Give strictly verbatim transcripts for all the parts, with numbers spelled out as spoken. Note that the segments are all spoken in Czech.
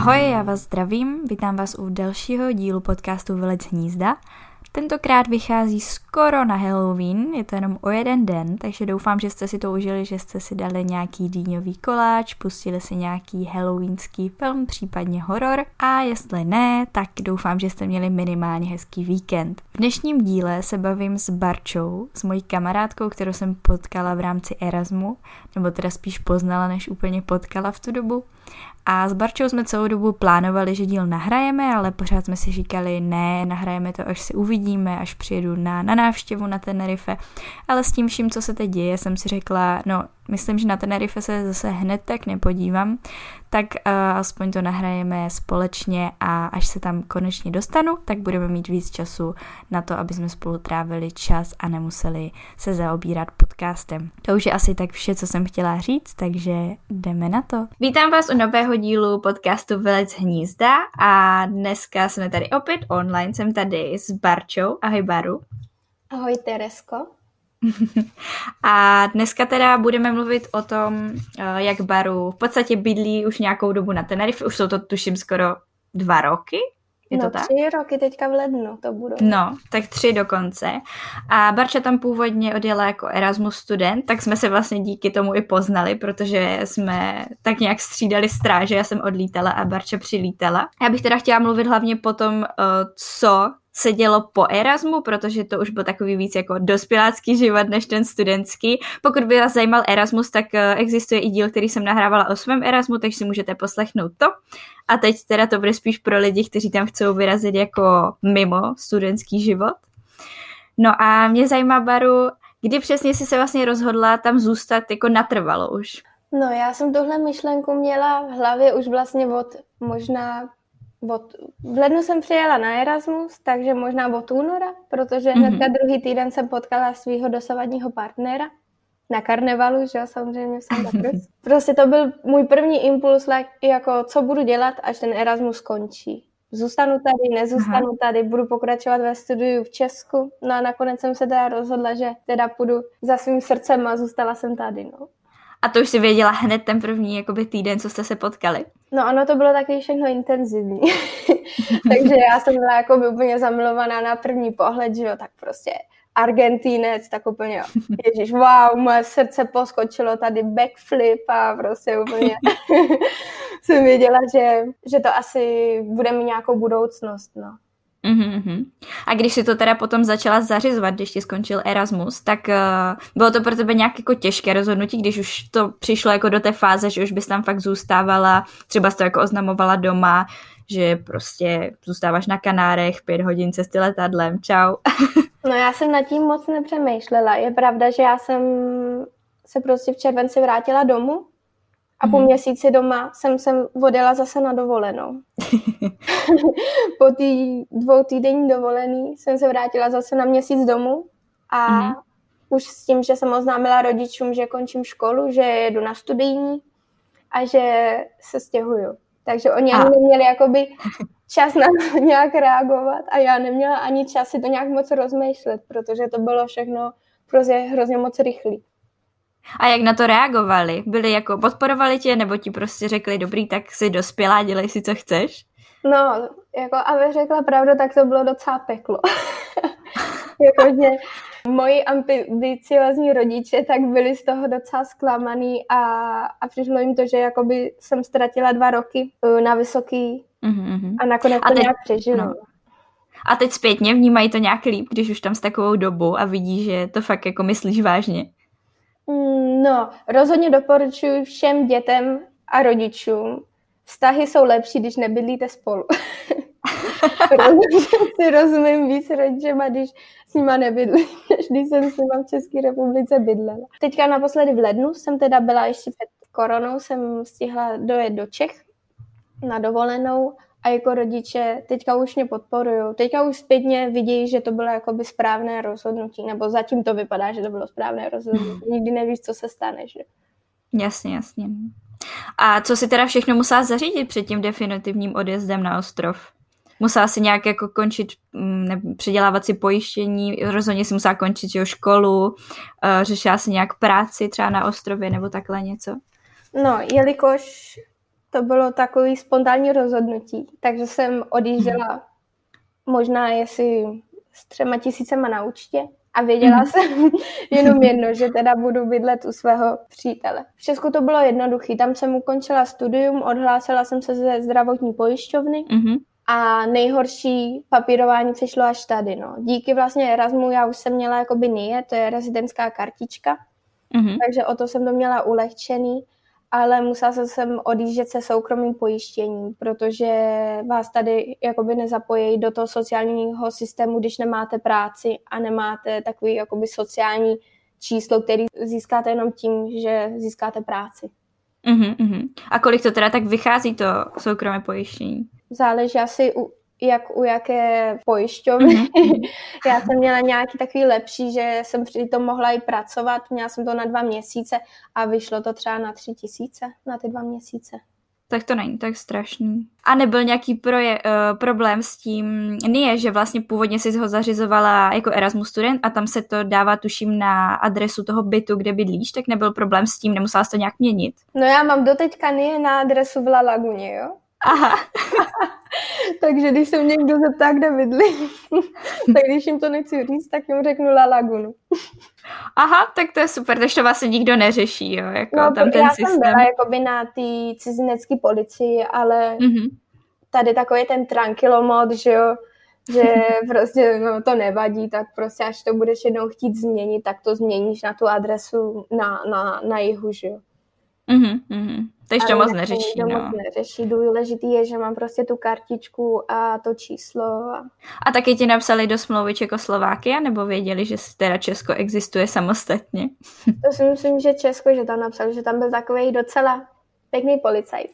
Ahoj, já vás zdravím, vítám vás u dalšího dílu podcastu Vylec z hnízda. Tentokrát vychází skoro na Halloween, je to jenom o jeden den, takže doufám, že jste si to užili, že jste si dali nějaký dýňový koláč, pustili si nějaký halloweenský film, případně horor a jestli ne, tak doufám, že jste měli minimálně hezký víkend. V dnešním díle se bavím s Barčou, s mojí kamarádkou, kterou jsem potkala v rámci Erasmu, nebo teda spíš poznala, než úplně potkala v tu dobu. A s Barčou jsme celou dobu plánovali, že díl nahrajeme, ale pořád jsme si říkali, ne, nahrajeme to, až si uvidíme, až přijedu na, na návštěvu na Tenerife. Ale s tím vším, co se teď děje, jsem si řekla, no, myslím, že na Tenerife se zase hned tak nepodívám, tak uh, aspoň to nahrajeme společně a až se tam konečně dostanu, tak budeme mít víc času na to, aby jsme spolu trávili čas a nemuseli se zaobírat podcastem. To už je asi tak vše, co jsem chtěla říct, takže jdeme na to. Vítám vás u nového dílu podcastu Vylec z hnízda a dneska jsme tady opět online, jsem tady s Barčou. Ahoj Baru. Ahoj Teresko. A dneska teda budeme mluvit o tom, jak Baru v podstatě bydlí už nějakou dobu na Tenerife. Už jsou to tuším skoro dva roky. Je no to tak? tři roky teďka v lednu to budou. No, tak tři dokonce. A Barča tam původně odjela jako Erasmus student, tak jsme se vlastně díky tomu i poznali, protože jsme tak nějak střídali stráže, já jsem odlítala a Barča přilítala. Já bych teda chtěla mluvit hlavně potom, co se dělo po Erasmu, protože to už byl takový víc jako dospělácký život než ten studentský. Pokud by vás zajímal Erasmus, tak existuje i díl, který jsem nahrávala o svém Erasmu, takže si můžete poslechnout to. A teď teda to bude spíš pro lidi, kteří tam chcou vyrazit jako mimo studentský život. No a mě zajímá, Baru, kdy přesně jsi se vlastně rozhodla tam zůstat jako natrvalo už? No já jsem tuhle myšlenku měla v hlavě už vlastně od možná Od, v lednu jsem přijela na Erasmus, takže možná od února, protože hnedka mm-hmm. druhý týden jsem potkala svého dosavadního partnera na karnevalu, že jo, samozřejmě v Santa Cruz. Prostě to byl můj první impuls, jako co budu dělat, až ten Erasmus skončí. Zůstanu tady, nezůstanu Aha. tady, budu pokračovat ve studiu v Česku. No a nakonec jsem se teda rozhodla, že teda půjdu za svým srdcem a zůstala jsem tady, no. A to už si věděla hned ten první jakoby, týden, co jste se potkali? No ano, to bylo taky všechno intenzivní. Takže já jsem byla jakoby úplně zamilovaná na první pohled, že jo, tak prostě Argentínec, tak úplně, jo, ježiš, wow, moje srdce poskočilo tady backflip a prostě úplně jsem věděla, že, že to asi bude mít nějakou budoucnost, no. Uhum. A když si to teda potom začala zařizovat, když ti skončil Erasmus, tak uh, bylo to pro tebe nějak jako těžké rozhodnutí, když už to přišlo jako do té fáze, že už bys tam fakt zůstávala, třeba jsi to jako oznamovala doma, že prostě zůstáváš na Kanárech, pět hodin cesty letadlem, čau. No já jsem nad tím moc nepřemýšlela. Je pravda, že já jsem se prostě v červenci vrátila domů a po měsíci doma jsem sem odjela zase na dovolenou. Po té dvou týdenní dovolený jsem se vrátila zase na měsíc domů a mm. už s tím, že jsem oznámila rodičům, že končím školu, že jedu na studijní a že se stěhuju. Takže oni a. ani neměli jakoby čas na to nějak reagovat a já neměla ani čas si to nějak moc rozmýšlet, protože to bylo všechno prostě hrozně moc rychlý. A jak na to reagovali? Byli jako, podporovali tě, nebo ti prostě řekli, dobrý, tak si dospělá, dělej si, co chceš? No, jako abych řekla pravdu, tak to bylo docela peklo. Jakože moji ambiciozní rodiče tak byli z toho docela zklamaný a, a přišlo jim to, že jakoby jsem ztratila dva roky na vysoký mm-hmm. a nakonec to nějak přežilo. No. A teď zpětně vnímají to nějak líp, když už tam s takovou dobu a vidí, že to fakt jako myslíš vážně? No, rozhodně doporučuji všem dětem a rodičům. Vztahy jsou lepší, když nebydlíte spolu. Rozhodně si rozumím víc rodičema, když s nima nebydlím, než když jsem s nima v České republice bydlela. Teďka naposledy v lednu jsem teda byla ještě před koronou, jsem stihla dojet do Čech na dovolenou a jako rodiče teďka už mě podporujou. Teďka už zpětně vidějí, že to bylo jakoby správné rozhodnutí, nebo zatím to vypadá, že to bylo správné rozhodnutí. Nikdy nevíš, co se stane, že? Jasně, jasně. A co si teda všechno musela zařídit před tím definitivním odjezdem na ostrov? Musela si nějak jako končit, ne, předělávat si pojištění, rozhodně si musela končit jo, školu, uh, řešila si nějak práci třeba na ostrově nebo takhle něco? No, jelikož to bylo takový spontánní rozhodnutí, takže jsem odjížděla hmm. možná jestli s třema tisícema na účtě a věděla hmm. jsem jenom jedno, že teda budu bydlet u svého přítele. V Česku to bylo jednoduché, tam jsem ukončila studium, odhlásila jsem se ze zdravotní pojišťovny hmm. a nejhorší papírování přišlo až tady. No. Díky vlastně Erasmu já už jsem měla jakoby N I E, to je rezidentská kartička, hmm. takže o to jsem to měla ulehčený. Ale musela jsem odjíždět se soukromým pojištěním, protože vás tady jakoby nezapojí do toho sociálního systému, když nemáte práci a nemáte takový jakoby sociální číslo, který získáte jenom tím, že získáte práci. Uh-huh, uh-huh. A kolik to teda tak vychází to soukromé pojištění? Záleží asi u, jak u jaké pojišťovny. Uh-huh. Já jsem měla nějaký takový lepší, že jsem při tom mohla i pracovat. Měla jsem to na dva měsíce a vyšlo to třeba na tři tisíce na ty dva měsíce. Tak to není tak strašný. A nebyl nějaký proje, uh, problém s tím N I E, že vlastně původně jsi ho zařizovala jako Erasmus student a tam se to dává tuším na adresu toho bytu, kde bydlíš, tak nebyl problém s tím, nemusela jsi to nějak měnit? No já mám doteďka N I E na adresu v La Laguně, jo? Aha. Takže když se mě někdo zeptá, kde bydlí, tak když jim to nechci říct, tak jim řeknu La Lagunu. Aha, tak to je super, takže to vlastně nikdo neřeší, jo, jako no, tam ten já systém. jsem byla jakoby na té cizinecké policii, ale mm-hmm. tady takový ten tranquilomod, že jo, že prostě no, to nevadí, tak prostě až to budeš jednou chtít změnit, tak to změníš na tu adresu na, na, na jihu, že jo. Mhm, mhm. Takže to moc neřeší, to no. moc neřeší. Důležitý je, že mám prostě tu kartičku a to číslo. A, a taky ti napsali do smlouvy Čekoslovákia, nebo věděli, že teda Česko existuje samostatně? To si myslím, že Česko, že tam napsali, že tam byl takovej docela pěkný policajt.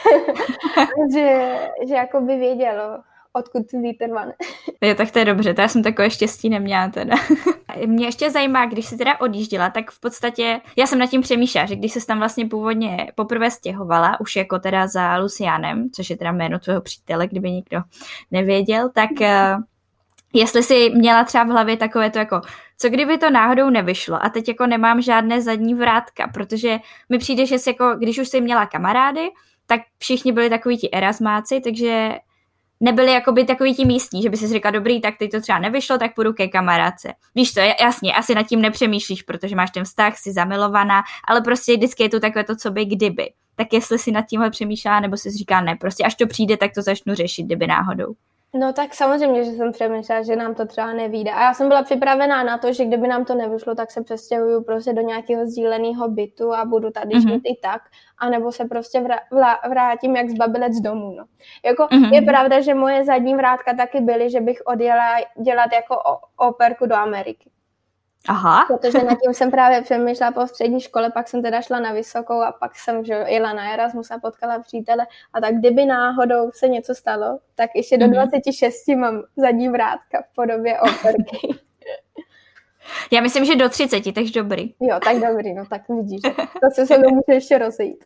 že, že jako by vědělo, odkud vítr vane. Jo, tak to je dobře, to já jsem takové štěstí neměla teda. Mě ještě zajímá, když jsi teda odjížděla, tak v podstatě, já jsem nad tím přemýšlela, že když jsi tam vlastně původně poprvé stěhovala, už jako teda za Lucianem, což je teda jméno tvého přítele, kdyby někdo nevěděl, tak uh, jestli jsi měla třeba v hlavě takové to jako, co kdyby to náhodou nevyšlo a teď jako nemám žádné zadní vrátka, protože mi přijde, že jsi jako, když už jsi měla kamarády, tak všichni byli takoví ti erasmáci, takže nebyli jakoby takový ti místní, že by si říkal, dobrý, tak teď to třeba nevyšlo, tak půjdu ke kamarádce. Víš co, jasně, asi nad tím nepřemýšlíš, protože máš ten vztah, jsi zamilovaná, ale prostě vždycky je to takové to, co by kdyby. Tak jestli si nad tímhle přemýšlela, nebo si říká ne, prostě až to přijde, tak to začnu řešit, kdyby náhodou. No tak samozřejmě, že jsem přemýšlela, že nám to třeba nevyjde. A já jsem byla připravená na to, že kdyby nám to nevyšlo, tak se přestěhuju prostě do nějakého sdíleného bytu a budu tady mm-hmm. žít i tak. A nebo se prostě vrá- vrátím jak zbabilec domů. No. Jako mm-hmm. je pravda, že moje zadní vrátka taky byly, že bych odjela dělat jako operku do Ameriky. Aha. Protože nad tím jsem právě přemýšlela po střední škole, pak jsem teda šla na vysokou a pak jsem že, jela na Erasmus a potkala přítele. A tak kdyby náhodou se něco stalo, tak ještě do mm-hmm. dvacet šest mám zadní vrátka v podobě operky. Já myslím, že do třiceti, takže dobrý. Jo, tak dobrý, no tak vidíš. To se se mnou může ještě rozejít.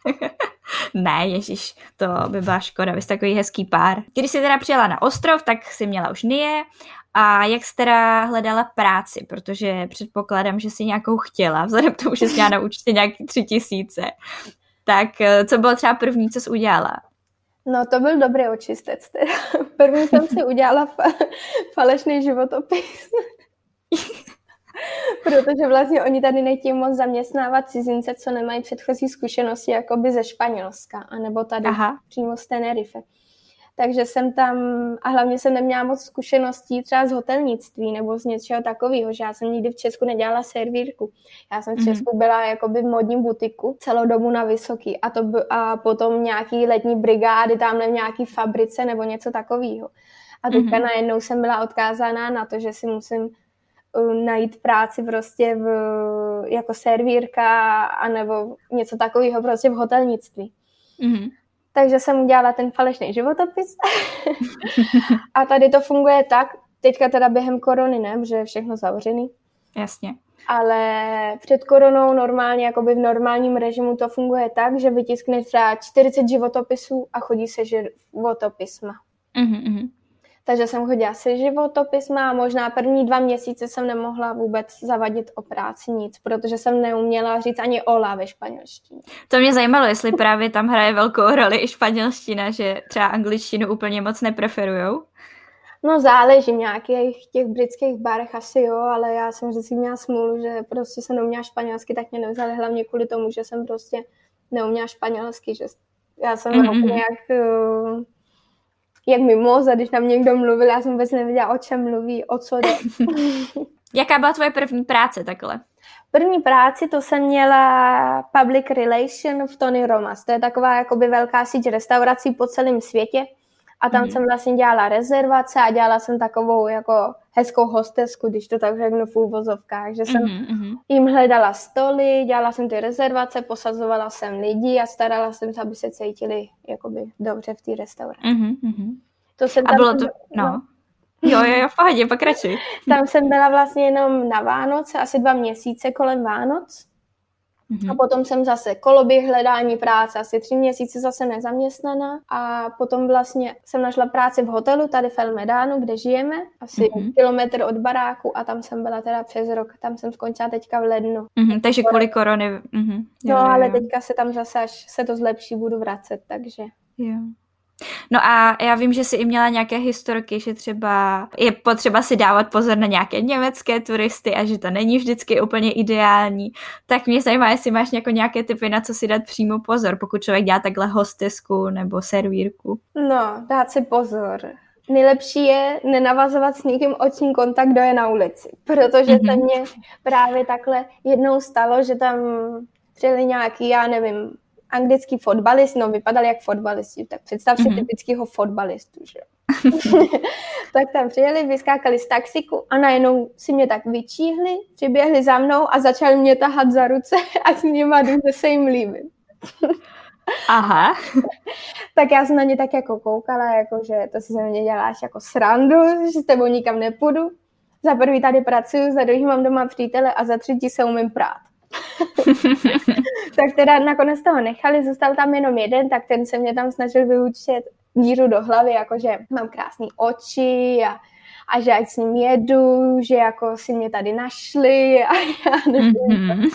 Ne, ježiš, to by byla škoda, vy jste takový hezký pár. Když jsi teda přijela na ostrov, tak jsi měla už N I E. A jak jsi teda hledala práci, protože předpokládám, že jsi nějakou chtěla, vzhledem k tomu, že jsi měla na účtě nějaký tři tisíce. Tak co bylo třeba první, co jsi udělala? No to byl dobrý očistec. Teda. První jsem si udělala fa- falešný životopis. Protože vlastně oni tady nechtějí moc zaměstnávat cizince, co nemají předchozí zkušenosti jakoby ze Španělska, anebo tady Aha. přímo z Tenerife. Takže jsem tam, a hlavně jsem neměla moc zkušeností třeba z hotelnictví nebo z něčeho takového, že já jsem nikdy v Česku nedělala servírku. Já jsem v Česku byla jakoby v modním butiku celou dobu na Vysoký a, to by, a potom nějaký letní brigády tamhle v nějaký fabrice nebo něco takového. A teďka mm-hmm. najednou jsem byla odkázána na to, že si musím uh, najít práci prostě v, jako servírka anebo něco takového prostě v hotelnictví. Mm-hmm. Takže jsem udělala ten falešný životopis. A tady to funguje tak, teďka teda během korony ne, protože je všechno zavřený. Jasně. Ale před koronou normálně, jakoby v normálním režimu to funguje tak, že vytiskne třeba čtyřicet životopisů a chodí se životopisma. Mm-hmm. Takže jsem chodila se životopisma a možná první dva měsíce jsem nemohla vůbec zavadit o práci nic, protože jsem neuměla říct ani hola ve španělštině. To mě zajímalo, jestli právě tam hraje velkou roli i španělština, že třeba angličtinu úplně moc nepreferujou. No záleží, v nějakých těch britských barech asi jo, ale já jsem vždycky měla smůlu, že prostě jsem neuměla španělsky, tak mě nevzali hlavně kvůli tomu, že jsem prostě neuměla španělsky, že já jsem mm-hmm. úplně jak, jak mimoza, když na mě někdo mluvil, já jsem vůbec nevěděla, o čem mluví, o co jde. Jaká byla tvoje první práce takhle? První práci to jsem měla public relation v Tony Romas, to je taková jakoby velká síť restaurací po celém světě. A tam mm. jsem vlastně dělala rezervace a dělala jsem takovou jako hezkou hostesku, když to tak řeknu v úvozovkách, že jsem mm-hmm. jim hledala stoly, dělala jsem ty rezervace, posazovala jsem lidi a starala jsem se, aby se cítili jakoby dobře v té restauraci. Mm-hmm. To jsem a tam bylo to, no. Jo, jo, jo, v pohodě, pokračuj. Tam jsem byla vlastně jenom na Vánoce, asi dva měsíce kolem Vánoc. Mm-hmm. A potom jsem zase koloběh hledání práce, asi tři měsíce zase nezaměstnaná a potom vlastně jsem našla práci v hotelu tady v El Medánu, kde žijeme, asi mm-hmm. kilometr od baráku a tam jsem byla teda přes rok, tam jsem skončila teďka v lednu. Mm-hmm, takže kvůli korony. Mm-hmm. Jo, no, ale jo. Teďka se tam zase, až se to zlepší, budu vracet, takže... Jo. No a já vím, že jsi i měla nějaké historky, že třeba je potřeba si dávat pozor na nějaké německé turisty a že to není vždycky úplně ideální. Tak mě zajímá, jestli máš jako nějaké tipy, na co si dát přímo pozor, pokud člověk dělá takhle hostesku nebo servírku. No, dát si pozor. Nejlepší je nenavazovat s nikým oční kontakt, kdo je na ulici, protože mm-hmm. se mně právě takhle jednou stalo, že tam přijeli nějaký, já nevím, anglický fotbalist, no vypadal jak fotbalisti, tak představ si mm-hmm. typického fotbalistu, že tak tam přijeli, vyskákali z taxiku a najednou si mě tak vyčíhli, přiběhli za mnou a začali mě tahat za ruce a s nima jdu, že se jim líbím. Aha. Tak já jsem na ně tak jako koukala, jako že to si ze mě děláš jako srandu, že s tebou nikam nepůjdu. Za prvý tady pracuju, za druhý mám doma přítele a za třetí se umím prát. Tak teda nakonec toho nechali, zůstal tam jenom jeden, tak ten se mě tam snažil vyučit díru do hlavy, jakože mám krásný oči a, a že ať s ním jedu, že jako si mě tady našli a já nevím. Mm-hmm.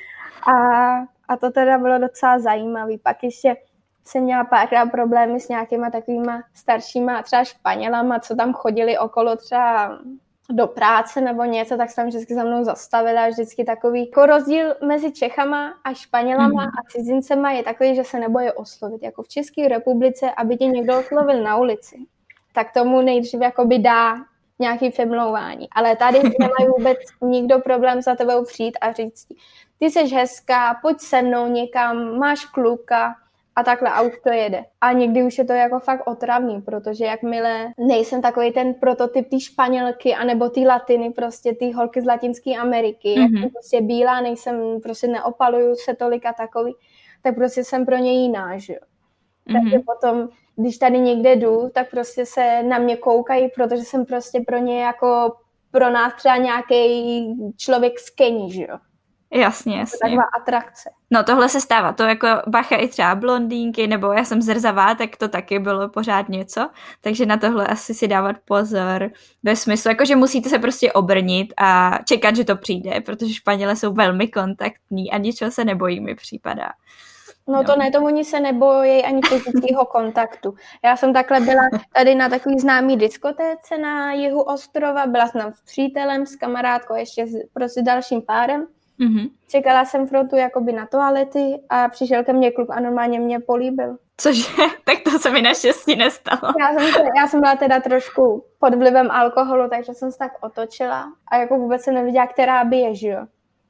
A, a to teda bylo docela zajímavý. Pak ještě jsem měla párkrát problémy s nějakýma takovýma staršíma třeba Španělama, co tam chodili okolo třeba do práce nebo něco, tak se tam vždycky za mnou zastavila a vždycky takový jako rozdíl mezi Čechama a Španělama mm. a cizincema je takový, že se nebojí oslovit. Jako v České republice, aby tě někdo oslovil na ulici, tak tomu nejdřív jakoby dá nějaký přemlouvání. Ale tady nemají vůbec nikdo problém za tebou přijít a říct ty jsi hezká, pojď se mnou někam, máš kluka, a takhle a už to jede. A někdy už je to jako fakt otravný, protože jakmile nejsem takový ten prototyp té Španělky anebo té Latiny, prostě ty holky z Latinské Ameriky, mm-hmm. jak jsem prostě bílá, nejsem, prostě neopaluju se tolik a takový, tak prostě jsem pro ně jiná, že jo. Mm-hmm. Takže potom, když tady někde jdu, tak prostě se na mě koukají, protože jsem prostě pro ně jako pro nás třeba nějaký člověk z Keni, že jo. Jasně, jasně. Taková atrakce. No tohle se stává, to jako bacha i třeba blondýnky, nebo já jsem zrzavá, tak to taky bylo pořád něco, takže na tohle asi si dávat pozor, ve smyslu, jakože musíte se prostě obrnit a čekat, že to přijde, protože Španělé jsou velmi kontaktní a ničeho se nebojí, mi připadá. No to ne, tomu oni se nebojí ani fyzického kontaktu. Já jsem takhle byla tady na takový známý diskotéce na jihu ostrova, byla jsem tam s přítelem, s kamarádkou, ještě s prostě dalším párem. Mm-hmm. Čekala jsem frontu jakoby na toalety a přišel ke mně kluk a normálně mě políbil. Cože? Tak to se mi naštěstí nestalo. Já jsem, se, já jsem byla teda trošku pod vlivem alkoholu, takže jsem se tak otočila a jako vůbec jsem neviděla, která bije, že jo.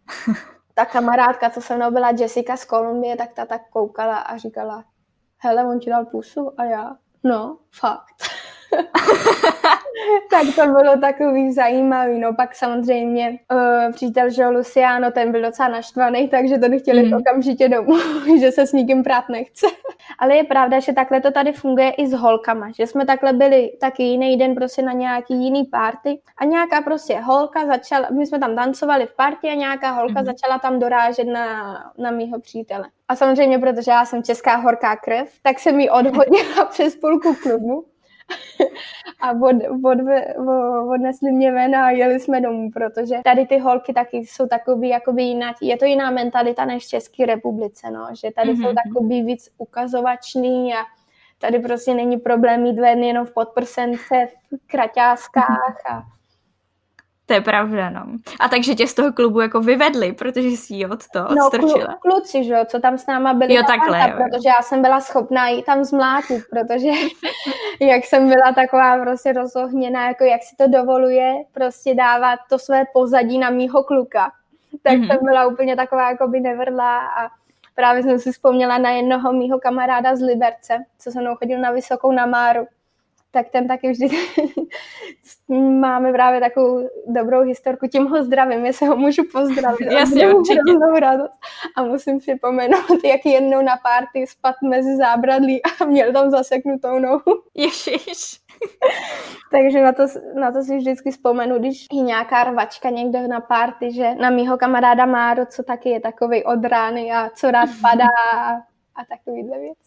Ta kamarádka, co se mnou byla Jessica z Kolumbie, tak ta tak koukala a říkala, hele, on ti dal pusu? A já, no, fakt. Tak to bylo takový zajímavý, no pak samozřejmě uh, přítel, že Luciano, ten byl docela naštvaný, takže to nechtěli mm. okamžitě domů, že se s nikým prát nechce. Ale je pravda, že takhle to tady funguje i s holkama, že jsme takhle byli taky jiný den prostě na nějaký jiný party a nějaká prostě holka začala, my jsme tam tancovali v party a nějaká holka mm. začala tam dorážet na, na mýho přítele. A samozřejmě, protože já jsem česká horká krev, tak se mi odhodila přes půlku klubu a od, od, odnesli mě ven a jeli jsme domů, protože tady ty holky taky jsou takový jakoby jiná, je to jiná mentalita než v České republice, no, že tady mm-hmm. jsou takový víc ukazovační a tady prostě není problém mít ven jenom v podprsence, v kraťáskách a to je pravda, no. A takže tě z toho klubu jako vyvedli, protože jsi ji od toho odstrčila. No, kluci, že jo, co tam s náma byli. Jo, takhle, parta, protože já jsem byla schopná jí tam zmlátit, protože jak jsem byla taková prostě rozohněná, jako jak si to dovoluje prostě dávat to své pozadí na mýho kluka. Tak mm-hmm. jsem byla úplně taková jako by nevrlá a právě jsem si vzpomněla na jednoho mýho kamaráda z Liberce, co se mnou chodil na Vysokou na Máru. Tak ten taky vždy máme právě takovou dobrou historku, tím ho zdravím, jestli ho můžu pozdravit. Jasně, určitě. A musím připomenout, jak jednou na párty spadl mezi zábradlí a měl tam zaseknutou nohu. Ježiš. Takže na to, na to si vždycky vzpomenu, když je nějaká rvačka někde na párty, že na mýho kamaráda Máro, co taky je takovej od rány a co rád padá a takovýhle věc.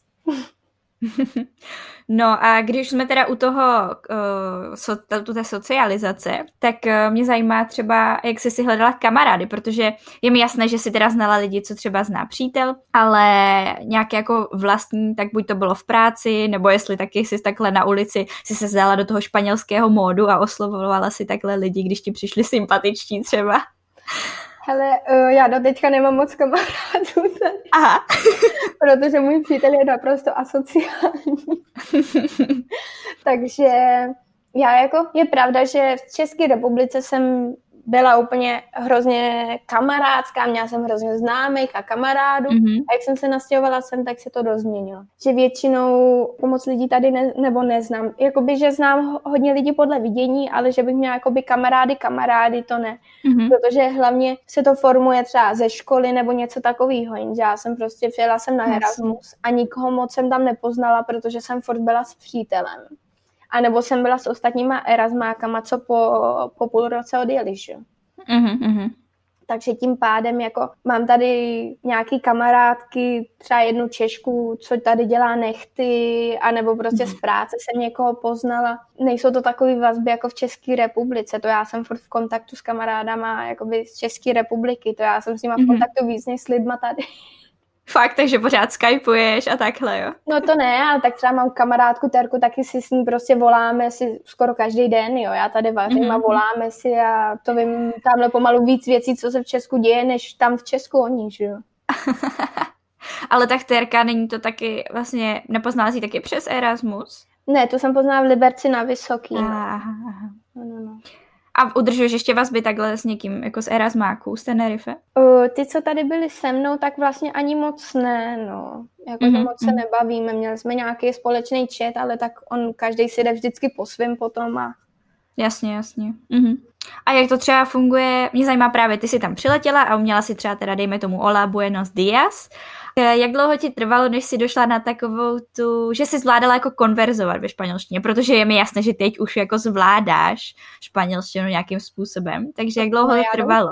No a když jsme teda u toho, uh, so, tu té socializace, tak uh, mě zajímá třeba, jak jsi si hledala kamarády, protože je mi jasné, že jsi teda znala lidi, co třeba zná přítel, ale nějaké jako vlastní, tak buď to bylo v práci, nebo jestli taky jsi takhle na ulici, si se zdala do toho španělského módu a oslovovala si takhle lidi, když ti přišli sympatiční třeba. Hele, já do teďka nemám moc kamarádů tady. Aha. Protože můj přítel je naprosto asociální. Takže já jako, je pravda, že v České republice jsem byla úplně hrozně kamarádská, měla jsem hrozně známých a kamarádů mm-hmm. a jak jsem se nastěhovala sem, tak se to rozměnilo. Že většinou moc lidí tady ne, nebo neznám. Jakoby, že znám hodně lidí podle vidění, ale že bych měla jakoby kamarády, kamarády, to ne. Mm-hmm. Protože hlavně se to formuje třeba ze školy nebo něco takového, jenže já jsem prostě přijela jsem na Erasmus a nikoho moc jsem tam nepoznala, protože jsem furt byla s přítelem. A nebo jsem byla s ostatníma erasmákama, co po, po půl roce odjeli, že? Mm-hmm. Takže tím pádem jako mám tady nějaký kamarádky, třeba jednu Češku, co tady dělá nechty, anebo prostě mm-hmm. z práce jsem někoho poznala. Nejsou to takový vazby jako v České republice, to já jsem furt v kontaktu s kamarádama jakoby z České republiky, to já jsem s nima v kontaktu víc než s lidma tady. Fakt, takže pořád skypuješ a takhle, jo? No to ne, ale tak třeba mám kamarádku Terku, taky si s ní prostě voláme si skoro každý den, jo, já tady vařím mm-hmm. a voláme si a to vím tamhle pomalu víc věcí, co se v Česku děje, než tam v Česku oni, že jo. Ale tak Terka, není to taky vlastně, nepoznala jsi taky přes Erasmus? Ne, to jsem poznala v Liberci na Vysoký. Aha. No, no, no. A udržuješ ještě vazby takhle s někým, jako z Erasmáků, z Tenerife? Uh, ty, co tady byli se mnou, tak vlastně ani moc ne, no. Jako mm-hmm. moc se nebavíme. Měli jsme nějaký společný chat, ale tak on každý si jde vždycky po svým potom a... Jasně, jasně. Mm-hmm. A jak to třeba funguje, mě zajímá právě, ty jsi tam přiletěla a uměla si třeba teda, dejme tomu, hola, buenos días. Jak dlouho ti trvalo, než jsi došla na takovou tu, že jsi zvládala jako konverzovat ve španělštině, protože je mi jasné, že teď už jako zvládáš španělštinu nějakým způsobem, takže jak dlouho no, to trvalo?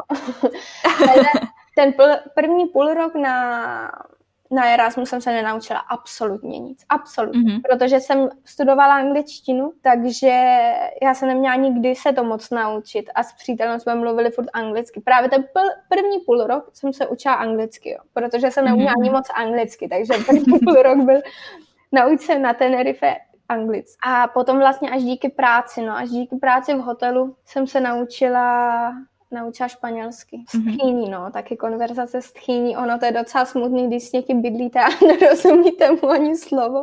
Ten první půl rok na, na Erasmus jsem se nenaučila absolutně nic, absolutně, mm-hmm. protože jsem studovala angličtinu, takže já jsem neměla nikdy se to moc naučit a s přítelem jsme mluvili furt anglicky. Právě ten první půl rok jsem se učila anglicky, jo, protože jsem neuměla mm-hmm. ani moc anglicky, takže první půl rok byl nauč se na Tenerife anglicky. A potom vlastně až díky práci, no až díky práci v hotelu jsem se naučila naučila španělsky. Stchýní, no, taky konverzace stchýní. Ono to je docela smutný, když s někým bydlíte a nerozumíte mu ani slovo.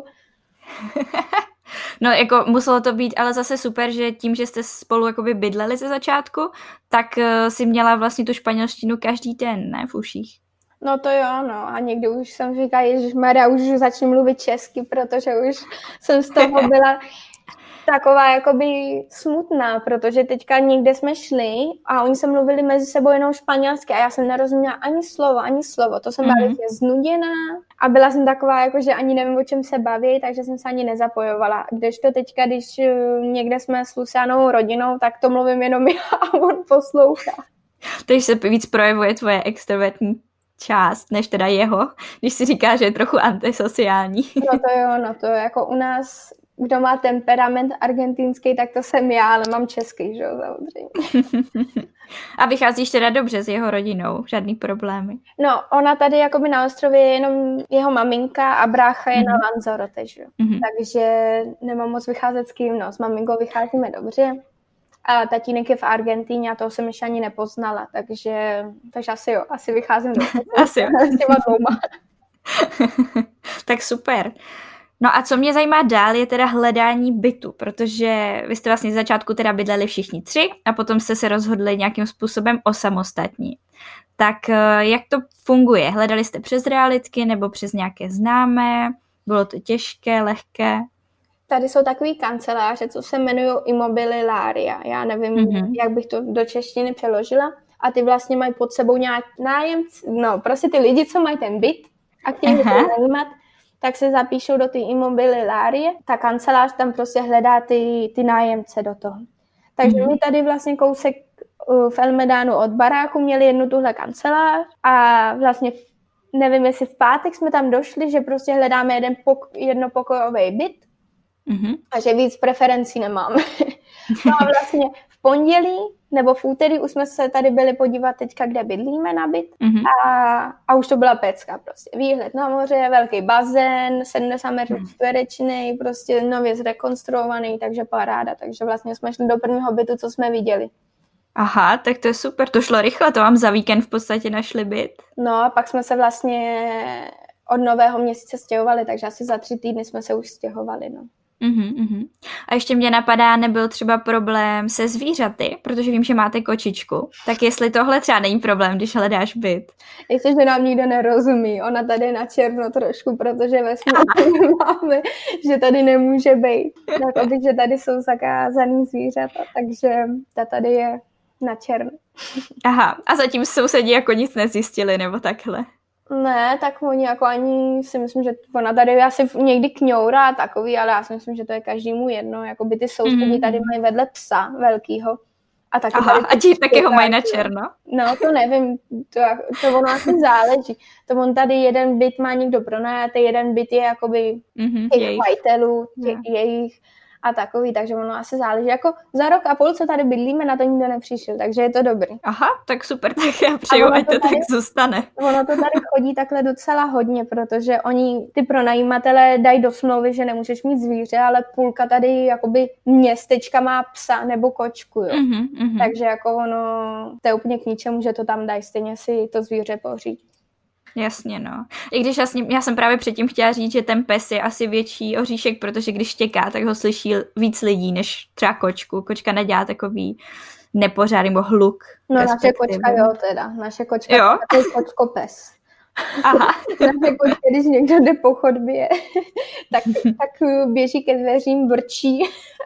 No, jako muselo to být ale zase super, že tím, že jste spolu jakoby bydleli ze začátku, tak uh, si měla vlastně tu španělštinu každý den, ne, v uších. No to jo, no. A někdy už jsem říkala, ježišmarja, už začnu mluvit česky, protože už jsem z toho byla taková jakoby smutná, protože teďka někde jsme šli a oni se mluvili mezi sebou jenom španělsky a já jsem nerozuměla ani slovo, ani slovo. To jsem byla mm-hmm. větě znuděná a byla jsem taková, jako, že ani nevím, o čem se baví, takže jsem se ani nezapojovala. Kdežto teďka, když někde jsme s Lucianou rodinou, tak to mluvím jenom já a on poslouchá. Takže se víc projevuje tvoje extrovertní část, než teda jeho, když si říká, že je trochu antisociální. No to jo, no to jako u nás kdo má temperament argentinský, tak to jsem já, ale mám český, že jo, samozřejmě. A vycházíš teda dobře s jeho rodinou, žádný problémy? No, ona tady jakoby na ostrově je jenom jeho maminka a brácha je mm-hmm. na Lanzarote, že jo. Mm-hmm. Takže nemám moc vycházet s kým, no, s maminkou vycházíme dobře. A tatínek je v Argentíně a toho jsem ještě ani nepoznala, takže, takže asi jo, asi vycházím dobře. Asi jo. S těma dvouma. Tak super. No a co mě zajímá dál je teda hledání bytu, protože vy jste vlastně z začátku teda bydleli všichni tři a potom jste se rozhodli nějakým způsobem osamostatnit. Tak jak to funguje? Hledali jste přes realitky nebo přes nějaké známé? Bylo to těžké, lehké? Tady jsou takový kanceláře, co se jmenují Immobiliária. Já nevím, mm-hmm. jak bych to do češtiny přeložila. A ty vlastně mají pod sebou nějak nájemci, no prostě ty lidi, co mají ten byt a chtějí to zajímat, tak se zapíšou do té Immobiliárie. Ta kancelář tam prostě hledá ty, ty nájemce do toho. Takže mm-hmm. my tady vlastně kousek v El Medánu od baráku měli jednu tuhle kancelář a vlastně nevím, jestli v pátek jsme tam došli, že prostě hledáme jeden pok- jednopokojový byt mm-hmm. a že víc preferencí nemáme. No a vlastně v pondělí nebo v úterý už jsme se tady byli podívat teďka, kde bydlíme na byt mm-hmm. a, a už to byla pecka prostě. Výhled na moře, velký bazén, sedmdesát metrů čtverečný, prostě nově zrekonstruovaný, takže paráda. Takže vlastně jsme šli do prvního bytu, co jsme viděli. Aha, tak to je super, to šlo rychle, to vám za víkend v podstatě našli byt. No a pak jsme se vlastně od nového měsíce stěhovali, takže asi za tři týdny jsme se už stěhovali, no. Uhum, uhum. A ještě mě napadá, nebyl třeba problém se zvířaty, protože vím, že máte kočičku. Tak jestli tohle třeba není problém, když hledáš byt. Jestli, že nám nikdo nerozumí. Ona tady je na černo trošku, protože ve smyslu máme, že tady nemůže být. Tak, že tady jsou zakázaný zvířata, takže ta tady je na černo. Aha, a zatím sousedí jako nic nezjistili, nebo takhle? Ne, tak oni jako ani si myslím, že ona tady asi někdy kňoura a takový, ale já si myslím, že to je každému jedno, jako by ty sousedí mm-hmm. tady mají vedle psa velkýho. A taky aha, a ti taky ho mají na černo? No, to nevím, to, to ono asi záleží. To on tady jeden byt má někdo pronajatý, jeden byt je jakoby mm-hmm, těch majitelů, těch yeah. jejich a takový, takže ono asi záleží. Jako za rok a půl, co tady bydlíme, na to nikdo nepřišel, takže je to dobrý. Aha, tak super, tak já přeju, ať to, to tady, tak zůstane. Ono to tady chodí takhle docela hodně, protože oni, ty pronajímatelé dají do smlouvy, že nemůžeš mít zvíře, ale půlka tady jakoby městečka má psa nebo kočku, jo. Mm-hmm, mm-hmm. Takže jako ono, to je úplně k ničemu, že to tam dají, stejně si to zvíře pořídí. Jasně, no. I když já, ním, já jsem právě předtím chtěla říct, že ten pes je asi větší oříšek, protože když štěká, tak ho slyší víc lidí, než třeba kočku. Kočka nedělá takový nepořád nebo hluk. No naše kočka jo teda. Naše kočka jo? je takový kočkopes. Aha. Naše kočka, když někdo jde po chodbě, tak, tak běží ke dveřím, vrčí.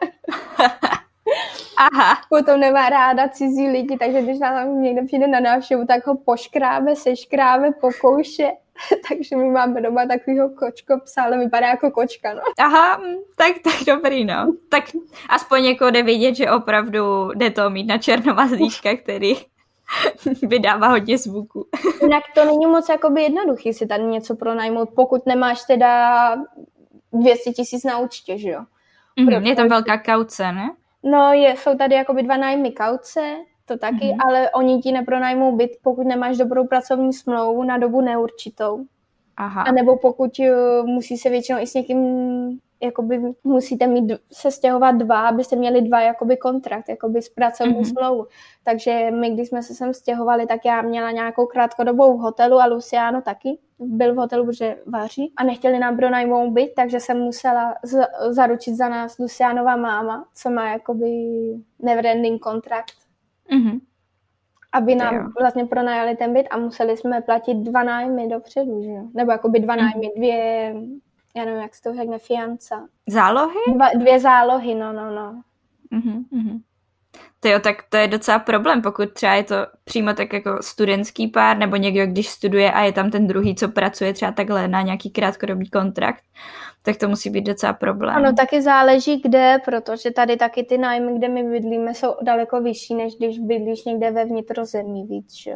Aha. Potom nemá ráda cizí lidi, takže když nám někdo přijde na návštěvu, tak ho poškrábe, seškrábe, pokouše. Takže my máme doma takovýho kočkopsa, ale vypadá jako kočka, no. Aha, tak, tak dobrý, no. Tak aspoň jako jde vidět, že opravdu jde to mít na černomazlíčka, který vydává hodně zvuku. Jinak to není moc jakoby jednoduchý si tady něco pronajmout, pokud nemáš teda dvě stě tisíc na účtě, že jo. Mm, je tam velká kauce, ne? No, je, jsou tady jakoby dva nájmy kauce, to taky, mm-hmm. ale oni ti nepronajmou byt, pokud nemáš dobrou pracovní smlouvu na dobu neurčitou. Aha. A nebo pokud uh, musí se většinou i s někým, jakoby musíte mít, se stěhovat dva, abyste měli dva jakoby kontrakt, jakoby s pracovní mm-hmm. smlouvu. Takže my, když jsme se sem stěhovali, tak já měla nějakou krátkodobou v hotelu a Luciano taky byl v hotelu, protože vaří a nechtěli nám pronajmout byt, takže jsem musela z- zaručit za nás Lucianova máma, co má jakoby neverending kontrakt. Mm-hmm. Aby nám jo. vlastně pronajali ten byt a museli jsme platit dva nájmy dopředu, že jo? Nebo jakoby dva nájmy, mm-hmm. dvě, já nevím, jak se to řekne, fianca. Zálohy? Dva, dvě zálohy, no, no, no. Mm-hmm. Tyjo, tak to je docela problém, pokud třeba je to přímo tak jako studentský pár, nebo někdo, když studuje a je tam ten druhý, co pracuje třeba takhle na nějaký krátkodobý kontrakt, tak to musí být docela problém. Ano, taky záleží kde, protože tady taky ty nájmy, kde my bydlíme, jsou daleko vyšší, než když bydlíš někde ve vnitrozemí víc, že jo.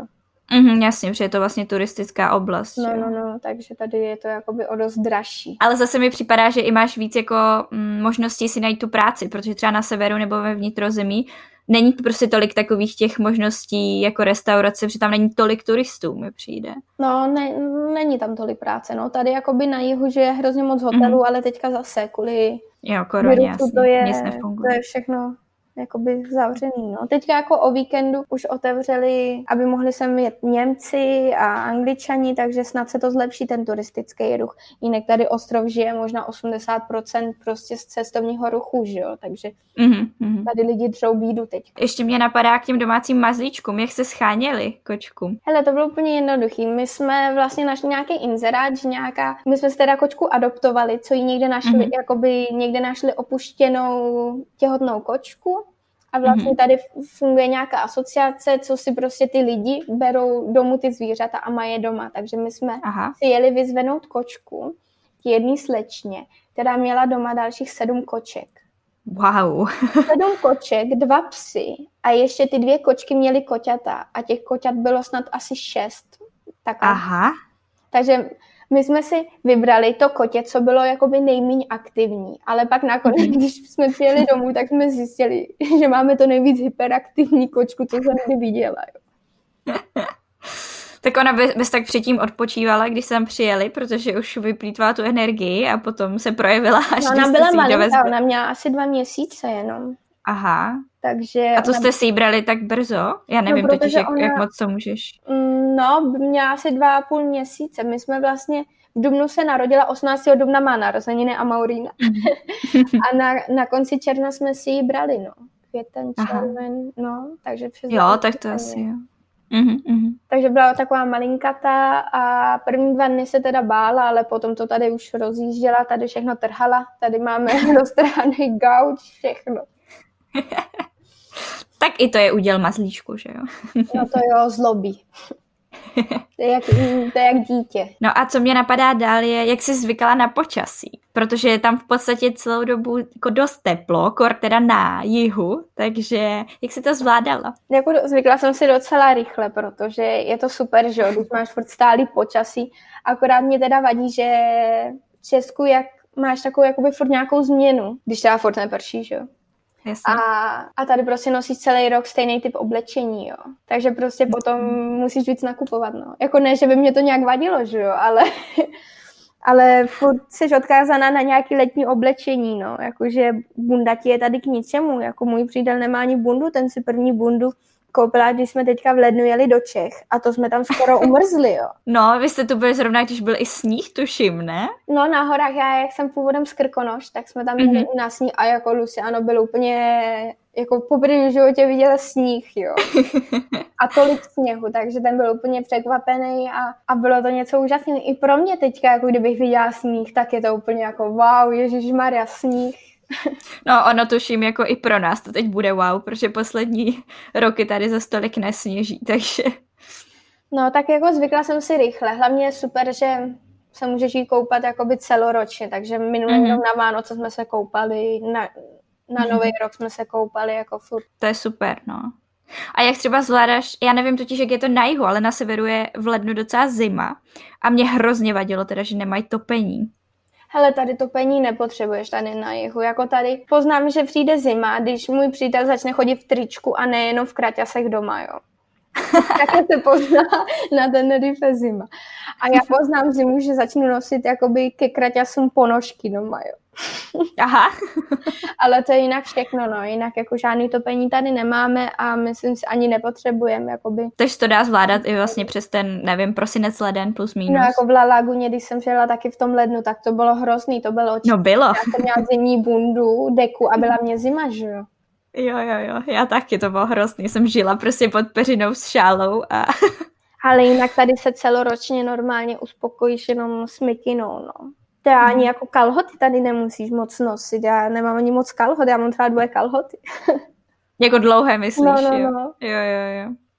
Mhm, jasně, protože je to vlastně turistická oblast. No, jo. no, no, takže tady je to jakoby o dost dražší. Ale zase mi připadá, že i máš víc jako mm, možností si najít tu práci, protože třeba na severu nebo ve vnitrozemí není prostě tolik takových těch možností jako restaurace, protože tam není tolik turistů, mi přijde. No, ne, není tam tolik práce, no. Tady jakoby na jihu, že je hrozně moc hotelů, mm. ale teďka zase kvůli jo, koroně, jasně, to je, nic nefunguje. To je všechno jakoby zavřený, no. Teďka jako o víkendu už otevřeli, aby mohli sem jet Němci a Angličani, takže snad se to zlepší ten turistický ruch. Jinak tady ostrov žije možná osmdesát procent prostě z cestovního ruchu, že jo, takže mm-hmm. tady lidi dřou bídu teď. Ještě mě napadá k těm domácím mazlíčkům, jak se scháněli kočku? Hele, to bylo úplně jednoduchý. My jsme vlastně našli nějaký inzerát, že nějaká, my jsme si teda kočku adoptovali, co ji někde našli, mm-hmm. jakoby někde našli opuštěnou těhotnou kočku. A vlastně tady funguje nějaká asociace, co si prostě ty lidi berou domů ty zvířata a mají je doma. Takže my jsme Aha. si jeli vyzvenout kočku k jedný slečně, která měla doma dalších sedm koček. Wow. Sedm koček, dva psy a ještě ty dvě kočky měly koťata a těch koťat bylo snad asi šest. Tak Aha. Takže my jsme si vybrali to kotě, co bylo jakoby nejméně aktivní, ale pak nakonec, mm-hmm. když jsme přijeli domů, tak jsme zjistili, že máme to nejvíc hyperaktivní kočku, co jsem kdy viděla. Jo. Tak ona bys, bys tak předtím odpočívala, když jsem přijeli, protože už vyplýtvala tu energii a potom se projevila až no, ona byla malinká, ona měla asi dva měsíce jenom. Aha. Takže a to ona... jste si ji brali tak brzo? Já nevím no, totiž, jak, ona... jak moc to můžeš. No, měla asi dva a půl měsíce. My jsme vlastně v dubnu se narodila, osmnáctého dubna má narozeniny a Maurína. a na, na konci června jsme si ji brali, no. Květen, červen, no, takže přes jo, tak to asi jo. Uhum, uhum. Takže byla taková malinkatá a první dva dny se teda bála, ale potom to tady už rozjížděla, tady všechno trhala, tady máme roztrhaný gauč, všechno. Tak i to je úděl mazlíčku, že jo? No to jo, zlobí. To je, jak, to je jak dítě. No a co mě napadá dál je, jak jsi zvykala na počasí, protože je tam v podstatě celou dobu jako dost teplo, kor teda na jihu, takže jak jsi to zvládala? Jako zvykla jsem si docela rychle, protože je to super, že jo, když máš furt stálý počasí, akorát mě teda vadí, že v Česku jak máš takovou jakoby furt nějakou změnu, když teda furt neprší, že jo. A, a tady prostě nosíš celý rok stejný typ oblečení, jo. Takže prostě potom musíš víc nakupovat, no. Jako ne, že by mě to nějak vadilo, že jo, ale, ale furt jsi odkázaná na nějaký letní oblečení, no. Jakože bunda ti je tady k ničemu, jako můj přítel nemá ani bundu, ten si první bundu koupila, když jsme teďka v lednu jeli do Čech a to jsme tam skoro umrzli, jo. No, vy jste tu byli zrovna, když byl i sníh, tuším, ne? No, na horách, já jak jsem původem z Krkonoš, tak jsme tam byli mm-hmm. na sníh a jako Lucy, ano, byl úplně, jako poprvé v životě viděla sníh, jo. A tolik sněhu, takže ten byl úplně překvapený a, a bylo to něco úžasného. I pro mě teďka, jako kdybych viděla sníh, tak je to úplně jako wow, ježišmarja, sníh. No, ono tuším, jako i pro nás to teď bude wow, protože poslední roky tady za stolik nesněží, takže... No, tak jako zvykla jsem si rychle. Hlavně je super, že se můžeš jít koupat jakoby celoročně, takže minulý mm-hmm. rok na Vánoce jsme se koupali, na, na Nový mm-hmm. rok jsme se koupali jako furt. To je super, no. A jak třeba zvládáš, já nevím totiž, jak je to na jihu, ale na severu je v lednu docela zima a mě hrozně vadilo teda, že nemají topení. Hele, tady topení nepotřebuješ tady na jihu. Jako tady poznám, že přijde zima, když můj přítel začne chodit v tričku a nejenom v kraťasech doma, jo. Tak se pozná na Tenerife zima. A já poznám zimu, že začnu nosit jakoby ke kraťasům ponožky doma, jo. Aha. Ale to je jinak všechno, no. Jinak jako žádný topení tady nemáme a myslím si ani nepotřebujeme, jakoby. Takže to dá zvládat i vlastně přes ten, nevím, prosinec, leden plus minus. No jako v La Laguně, když jsem žila taky v tom lednu, tak to bylo hrozný, to bylo oči. No bylo. Já jsem měla zimní bundu, deku a byla mě zima, že jo. Jo, jo, jo, já taky, to bylo hrozný, jsem žila prostě pod peřinou s šálou a... Ale jinak tady se celoročně normálně uspokojíš jenom s mikinou, no. To já ani jako kalhoty tady nemusíš moc nosit, já nemám ani moc kalhot, já mám třeba dvoje kalhoty. Jako dlouhé myslíš, no, no, jo? No. Jo, jo, jo.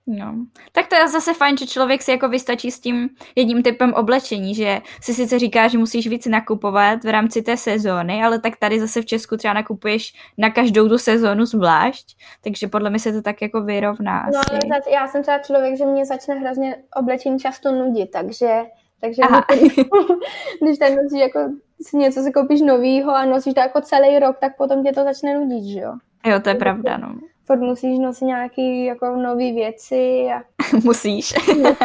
No. Tak to je zase fajn, že člověk si jako vystačí s tím jedním typem oblečení, že si sice říká, že musíš víc nakupovat v rámci té sezóny, ale tak tady zase v Česku třeba nakupuješ na každou tu sezónu zvlášť, takže podle mě se to tak jako vyrovná No asi. ale já jsem třeba člověk, že mě začne hrozně oblečení často nudit, takže, takže když tady nosíš jako si něco si koupíš novýho a nosíš to jako celý rok, tak potom tě to začne nudit, že jo? Jo, to je pravda, no. Furt musíš nosit nějaký jako nový věci. A... Musíš.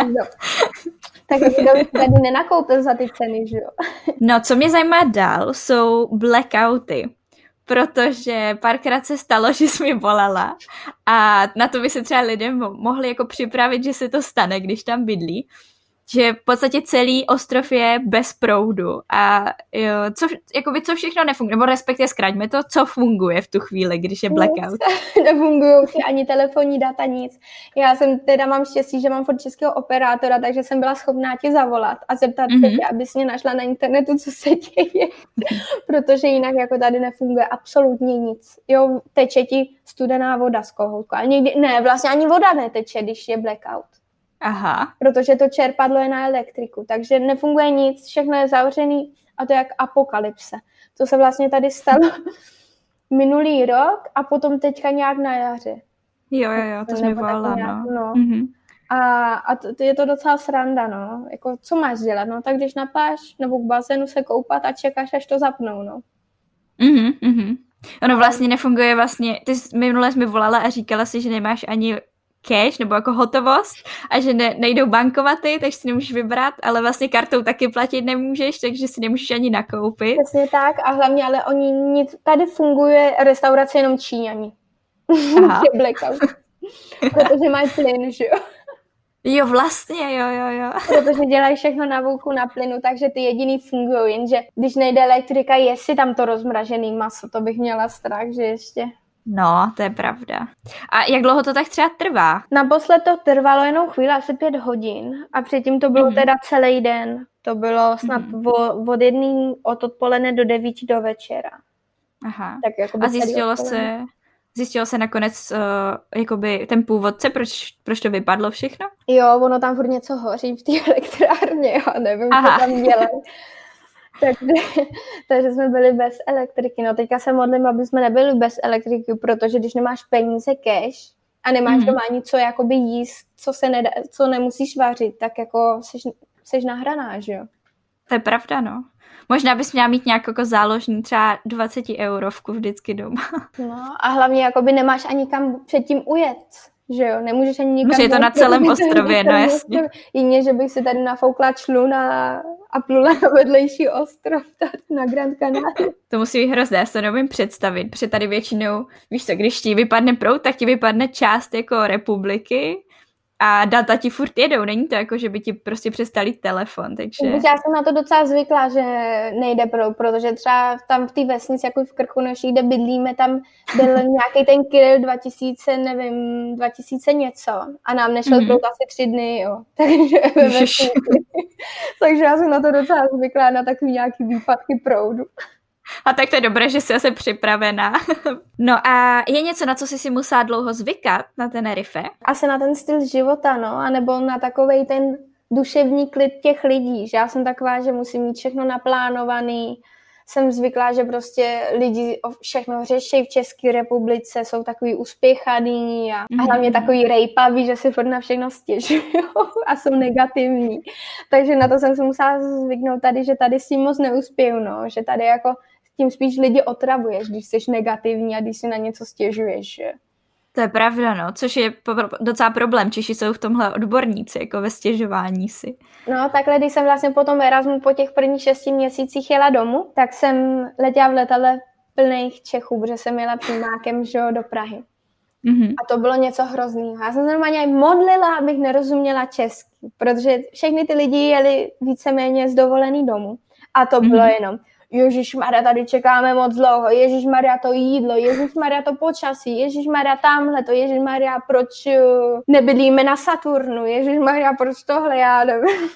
Tak jak to tady nenakoupil za ty ceny, že jo? No, co mě zajímá dál, jsou blackouty. Protože párkrát se stalo, že jsi mi volala a na to by se třeba lidem mohli jako připravit, že se to stane, když tam bydlí. Že v podstatě celý ostrov je bez proudu a jo, co, jakoby, co všechno nefunguje, nebo respektive zkraťme to, co funguje v tu chvíli, když je blackout. Nefungují ani telefonní data, nic. Já jsem teda mám štěstí, že mám furt českého operátora, takže jsem byla schopná ti zavolat a zeptat mm-hmm. tě, abys mě našla na internetu, co se děje, protože jinak jako tady nefunguje absolutně nic. Jo, teče ti studená voda z kohoutku, ale někdy, ne, vlastně ani voda neteče, když je blackout. Aha. Protože to čerpadlo je na elektriku, takže nefunguje nic, všechno je zavřený a to je jak apokalypse. To se vlastně tady stalo minulý rok a potom teďka nějak na jaře. Jo, jo, jo, to jsi mi volala, no. no. Mm-hmm. A, a to, to je to docela sranda, no. Jako, co máš dělat, no? Tak když na pláž nebo k bazénu se koupat a čekáš, až to zapnou, no. Mhm, mhm. Ono vlastně nefunguje vlastně, ty jsi minule jsi mi volala a říkala si, že nemáš ani cash nebo jako hotovost a že ne, nejdou bankomaty, takže si nemůžeš vybrat, ale vlastně kartou taky platit nemůžeš, takže si nemůžeš ani nakoupit. Přesně tak a hlavně, ale oni nic, tady funguje restaurace jenom Číňani. Aha. Blackout. Protože mají plyn, že jo? Jo, vlastně, jo, jo, jo. Protože dělají všechno na vůku, na plynu, takže ty jediný fungují, jenže když nejde elektrika, jestli tam to rozmražený maso, to bych měla strach, že ještě... No, to je pravda. A jak dlouho to tak třeba trvá? Naposled to trvalo jenom chvíli, asi pět hodin. A předtím to bylo mm-hmm. teda celý den. To bylo snad mm-hmm. od jedný od odpoledne do devíti do večera. Aha. Tak jako a zjistilo se, zjistilo se nakonec uh, jakoby ten původce, proč, proč to vypadlo všechno? Jo, ono tam furt něco hoří v té elektrárně, já nevím, Aha. co tam dělají. takže, takže jsme byli bez elektriky. No teďka se modlím, aby jsme nebyli bez elektriky, protože když nemáš peníze cash a nemáš mm-hmm. doma nic, co jakoby jíst, co, se nedá, co nemusíš vařit, tak jako seš, seš nahraná, že jo? To je pravda, no. Možná bys měla mít nějak jako záložní třeba dvacet eurovku vždycky doma. No a hlavně jakoby nemáš ani kam předtím ujet, že jo? Nemůžeš ani nikam... Může je to na celém ostrově, no jasně. Jině, že bych si tady nafoukla člun a, a plula na vedlejší ostrov tady na Grand Canaria. To musí být hrozné, já se neumím představit, protože tady většinou, víš co, když ti vypadne proud, tak ti vypadne část jako republiky a data ti furt jedou, není to jako, že by ti prostě přestali telefon, takže... Já jsem na to docela zvykla, že nejde proud, protože třeba tam v té vesnici, jako v Krkonoší, kde bydlíme, tam byl nějaký ten Kyrill dva tisíce, nevím, dva tisíce něco a nám nešel mm-hmm. proud asi tři dny, jo. Takže ve vesnici. Takže já jsem na to docela zvykla, na takový nějaký výpadky proudu. A tak to je dobré, že jsi asi připravená. No a je něco, na co jsi si musela dlouho zvykat na Tenerife? Asi na ten styl života, no, anebo na takovej ten duševní klid těch lidí, že já jsem taková, že musím mít všechno naplánovaný, jsem zvyklá, že prostě lidi všechno řeší v České republice, jsou takový uspěchaný a, mm-hmm. a hlavně takový rejpaví, že si furt na všechno stěžují a jsou negativní. Takže na to jsem se musela zvyknout tady, že tady si moc neuspěju, no, že tady jako tím spíš lidi otravuješ, když jsi negativní a když si na něco stěžuješ. Že? To je pravda, no, což je docela problém. Češi jsou v tomhle odborníci, jako ve stěžování si. No, takhle, když jsem vlastně po tom Erasmu po těch prvních šesti měsících jela domů, tak jsem letěla v letadle plných Čechů, protože jsem jela přímákem, že jo, do Prahy. Mm-hmm. A to bylo něco hroznýho. Já jsem se normálně modlila, abych nerozuměla česky, protože všechny ty lidi jeli víceméně z dovolený domů. A to bylo mm-hmm. jenom... Ježišmarja, tady čekáme moc dlouho, Ježišmarja, to jídlo, Ježišmarja, to počasí, Ježišmarja, tamhleto, Ježišmarja, proč nebydlíme na Saturnu, Ježišmarja, proč tohle, já nevím.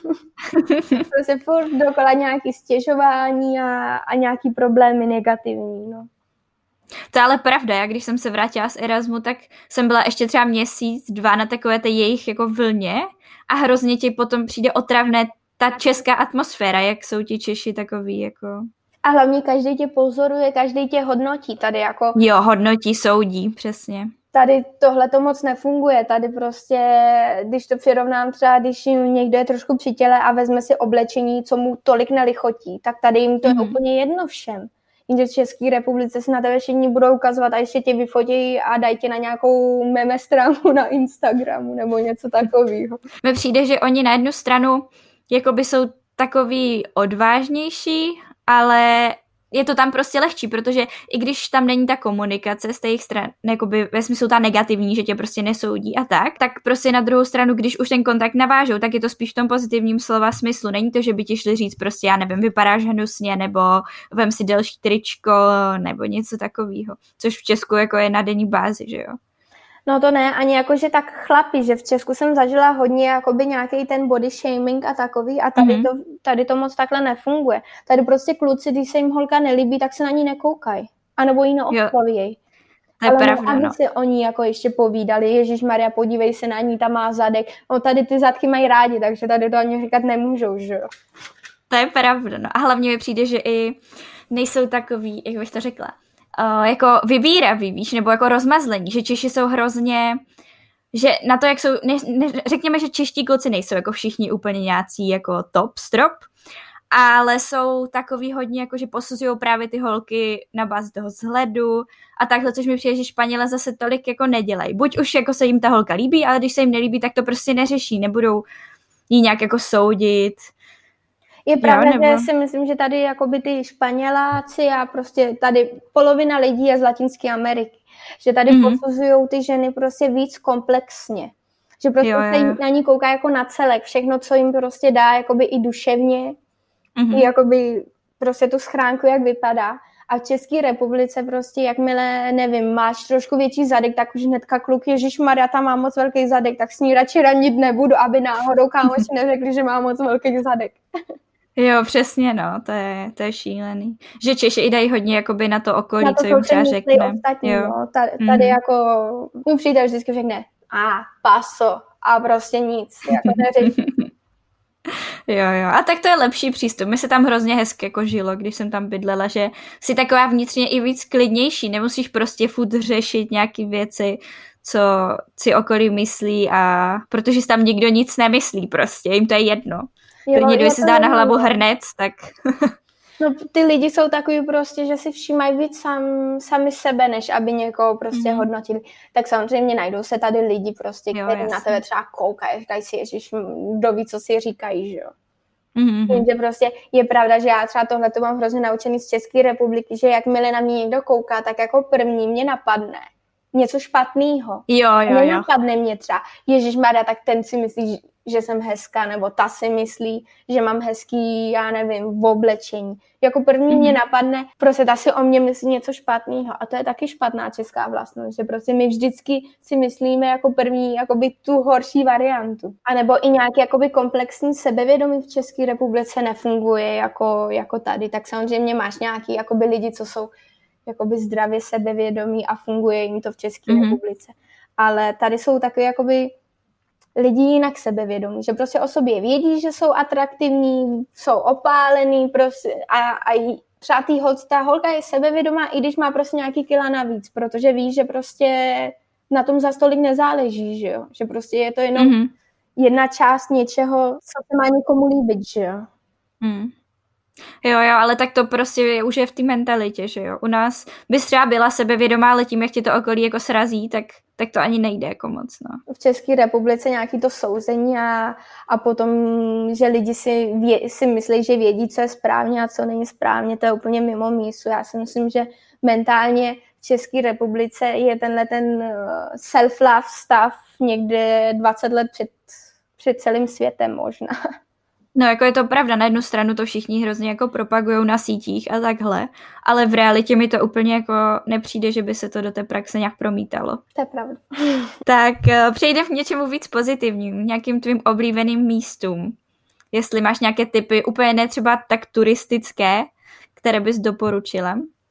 Prostě furt dokola nějaký stěžování a, a nějaký problémy negativní, no. To je ale pravda, já když jsem se vrátila z Erasmu, tak jsem byla ještě třeba měsíc, dva na takové té jejich jako vlně a hrozně ti potom přijde otravné ta česká atmosféra, jak jsou ti Češi takový jako... A hlavně každý tě pozoruje, každý tě hodnotí tady jako... Jo, hodnotí, soudí, přesně. Tady tohle to moc nefunguje, tady prostě, když to přirovnám třeba, když jim někdo je trošku při těle a vezme si oblečení, co mu tolik nelichotí, tak tady jim to mm-hmm. je úplně jedno všem. Jenže v České republice se na tebe všichni budou ukazovat a ještě tě vyfotí a dají tě na nějakou meme stránku na Instagramu nebo něco takového. Mně přijde, že oni na jednu stranu jakoby jsou takový odvážnější, ale je to tam prostě lehčí, protože i když tam není ta komunikace z té jejich strany, jakoby ve smyslu ta negativní, že tě prostě nesoudí a tak, tak prostě na druhou stranu, když už ten kontakt navážou, tak je to spíš v tom pozitivním slova smyslu. Není to, že by ti šli říct prostě, já nevím, vypadáš hnusně, nebo vem si delší tričko, nebo něco takového, což v Česku jako je na denní bázi, že jo? No to ne, ani jakože tak chlapi, že v Česku jsem zažila hodně jakoby nějaký ten body shaming a takový a tady, mm-hmm. to, tady to moc takhle nefunguje. Tady prostě kluci, když se jim holka nelíbí, tak se na ní nekoukají. A nebo ji neoslovějí. Ale pravda, aby no. si oni jako ještě povídali, Ježišmarja, podívej se na ní, tam má zadek. No tady ty zadky mají rádi, takže tady to ani říkat nemůžou, že jo. To je pravda, no. A hlavně mi přijde, že i nejsou takový, jak bych to řekla, Uh, jako vybíravý, víš, nebo jako rozmazlení, že Češi jsou hrozně, že na to, jak jsou, ne, ne, řekněme, že čeští kluci nejsou jako všichni úplně nějací jako top, strop, ale jsou takový hodně, jako že posuzují právě ty holky na bázi toho vzhledu a takhle, což mi přijde, že Španělé zase tolik jako nedělají. Buď už jako se jim ta holka líbí, ale když se jim nelíbí, tak to prostě neřeší, nebudou jí nějak jako soudit. Je pravda, jo, nebo... že si myslím, že tady jakoby ty Španěláci a prostě tady polovina lidí je z Latinské Ameriky, že tady mm. posuzují ty ženy prostě víc komplexně, že prostě jo, se jo. na ní kouká jako na celek, všechno, co jim prostě dá jakoby i duševně, mm-hmm. i jakoby prostě tu schránku, jak vypadá. A v České republice prostě, jakmile, nevím, máš trošku větší zadek, tak už hnedka kluk, ježišmarja, tam má moc velký zadek, tak s ní radši ranit nebudu, aby náhodou kámoši neřekli, že má moc velký zadek. Jo, přesně, no, to je, to je šílený. Že Češi i dají hodně jakoby na to okolí, na to, co jim třeba řekne. Ostatní, jo. No, tady, tady mm. jako, můj přítel vždycky řekne, a ah, paso, a prostě nic, jako neřeší. Jo, jo, a tak to je lepší přístup. Mi se tam hrozně hezky jako žilo, když jsem tam bydlela, že jsi taková vnitřně i víc klidnější, nemusíš prostě furt řešit nějaký věci, co si okolí myslí a protože si tam nikdo nic nemyslí prostě, jim to je jedno. Klidně, kdyby si dá na hlavu hrnec, tak... No ty lidi jsou takový prostě, že si všímají víc sam, sami sebe, než aby někoho prostě mm. hodnotili. Tak samozřejmě najdou se tady lidi prostě, jo, kteří jasný. Na tebe třeba koukají, říkají si, ježiš, kdo ví, co si říkají, že jo. Mm-hmm. Že prostě je pravda, že já třeba tohle to mám hrozně naučený z České republiky, že jakmile na mě někdo kouká, tak jako první mě napadne něco špatného. Jo, jo, jo. Nenapadne mě třeba, ježišmarja, tak ten si myslí, že jsem hezká, nebo ta si myslí, že mám hezký, já nevím, v oblečení. Jako první mm-hmm. mě napadne, prostě ta si o mě myslí něco špatného. A to je taky špatná česká vlastnost, že prostě my vždycky si myslíme jako první jakoby tu horší variantu. A nebo i nějaký jakoby komplexní sebevědomí v České republice nefunguje jako, jako tady. Tak samozřejmě máš nějaký jakoby lidi, co jsou jakoby zdravě sebevědomí a funguje jim to v České mm-hmm. republice. Ale tady jsou takové jakoby lidi jinak sebevědomí, že prostě o sobě vědí, že jsou atraktivní, jsou opálený prostě a, a třeba tý hol, ta holka je sebevědomá, i když má prostě nějaký kila navíc, protože ví, že prostě na tom za stolik nezáleží, že jo, že prostě je to jenom mm-hmm. jedna část něčeho, co se má někomu líbit, že jo. Mm. Jo, jo, ale tak to prostě je, už je v té mentalitě, že jo. U nás bys třeba byla sebevědomá, ale tím, jak ti to okolí jako srazí, tak, tak to ani nejde jako moc, no. V České republice nějaký to souzení a, a potom, že lidi si, vě, si myslí, že vědí, co je správně a co není správně, to je úplně mimo mísu. Já si myslím, že mentálně v České republice je tenhle ten self-love stav někde dvacet let před, před celým světem možná. No, jako je to pravda, na jednu stranu to všichni hrozně jako propagujou na sítích a takhle, ale v realitě mi to úplně jako nepřijde, že by se to do té praxe nějak promítalo. To je pravda. Tak přejdeme k něčemu víc pozitivním, nějakým tvým oblíbeným místům. Jestli máš nějaké tipy, úplně ne třeba tak turistické, které bys doporučila.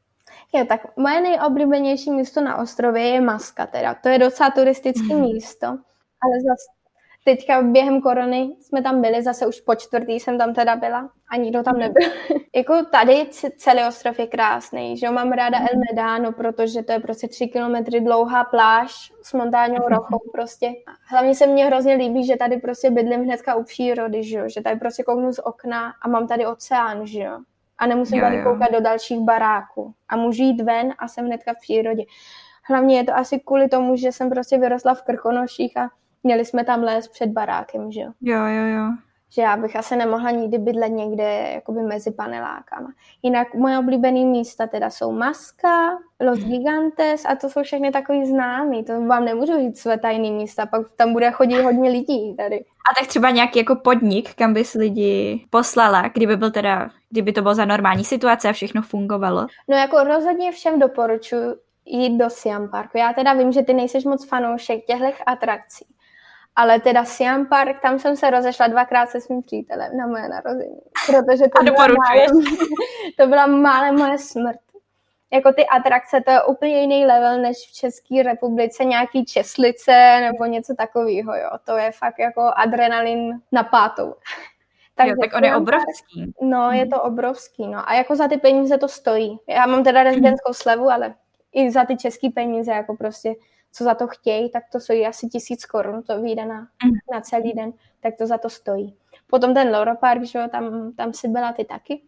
Jo, tak moje nejoblíbenější místo na ostrově je Maska teda. To je docela turistické mm. místo, ale zase teďka během korony jsme tam byli, zase už po čtvrtý jsem tam teda byla a nikdo tam nebyl. Jako tady celý ostrov je krásný, že jo, mám ráda El Medano, protože to je prostě tři kilometry dlouhá pláž s montáňou rochou prostě. Hlavně se mně hrozně líbí, že tady prostě bydlím hnedka u přírody, že jo, že tady prostě kouknu z okna a mám tady oceán, že jo. A nemusím jo, tady jo. koukat do dalších baráků. A můžu jít ven a jsem hnedka v přírodě. Hlavně je to asi kvůli tomu, že jsem prostě vyrostla v Krkonoších a měli jsme tam les před barákem, že jo. Jo, jo, jo. Že já bych asi nemohla nikdy bydlet někde jakoby mezi panelákama. Jinak moje oblíbené místa teda jsou Maska, Los Gigantes a to jsou všechny takový známý. To vám nemůžu říct své tajný místa, pak tam bude chodit hodně lidí tady. A tak třeba nějaký jako podnik, kam bys lidi poslala, kdyby byl teda, kdyby to bylo za normální situace a všechno fungovalo? No jako rozhodně všem doporučuji jít do Siam Parku. Já teda vím, že ty nejseš moc fanoušek těchto atrakcí. Ale teda Siam Park, tam jsem se rozešla dvakrát se svým přítelem na moje narození. Protože to, byla málem, to byla málem moje smrt. Jako ty atrakce, to je úplně jiný level než v České republice, nějaký česlice nebo něco takového. Jo. To je fakt jako adrenalin na pátou. Tak, jo, tak on je obrovský. No, je to obrovský. No. A jako za ty peníze to stojí. Já mám teda rezidentskou slevu, ale i za ty české peníze, jako prostě co za to chtějí, tak to stojí asi tisíc korun, to vyjde na, na celý den, tak to za to stojí. Potom ten Loro Park, že jo, tam, tam si byla ty taky.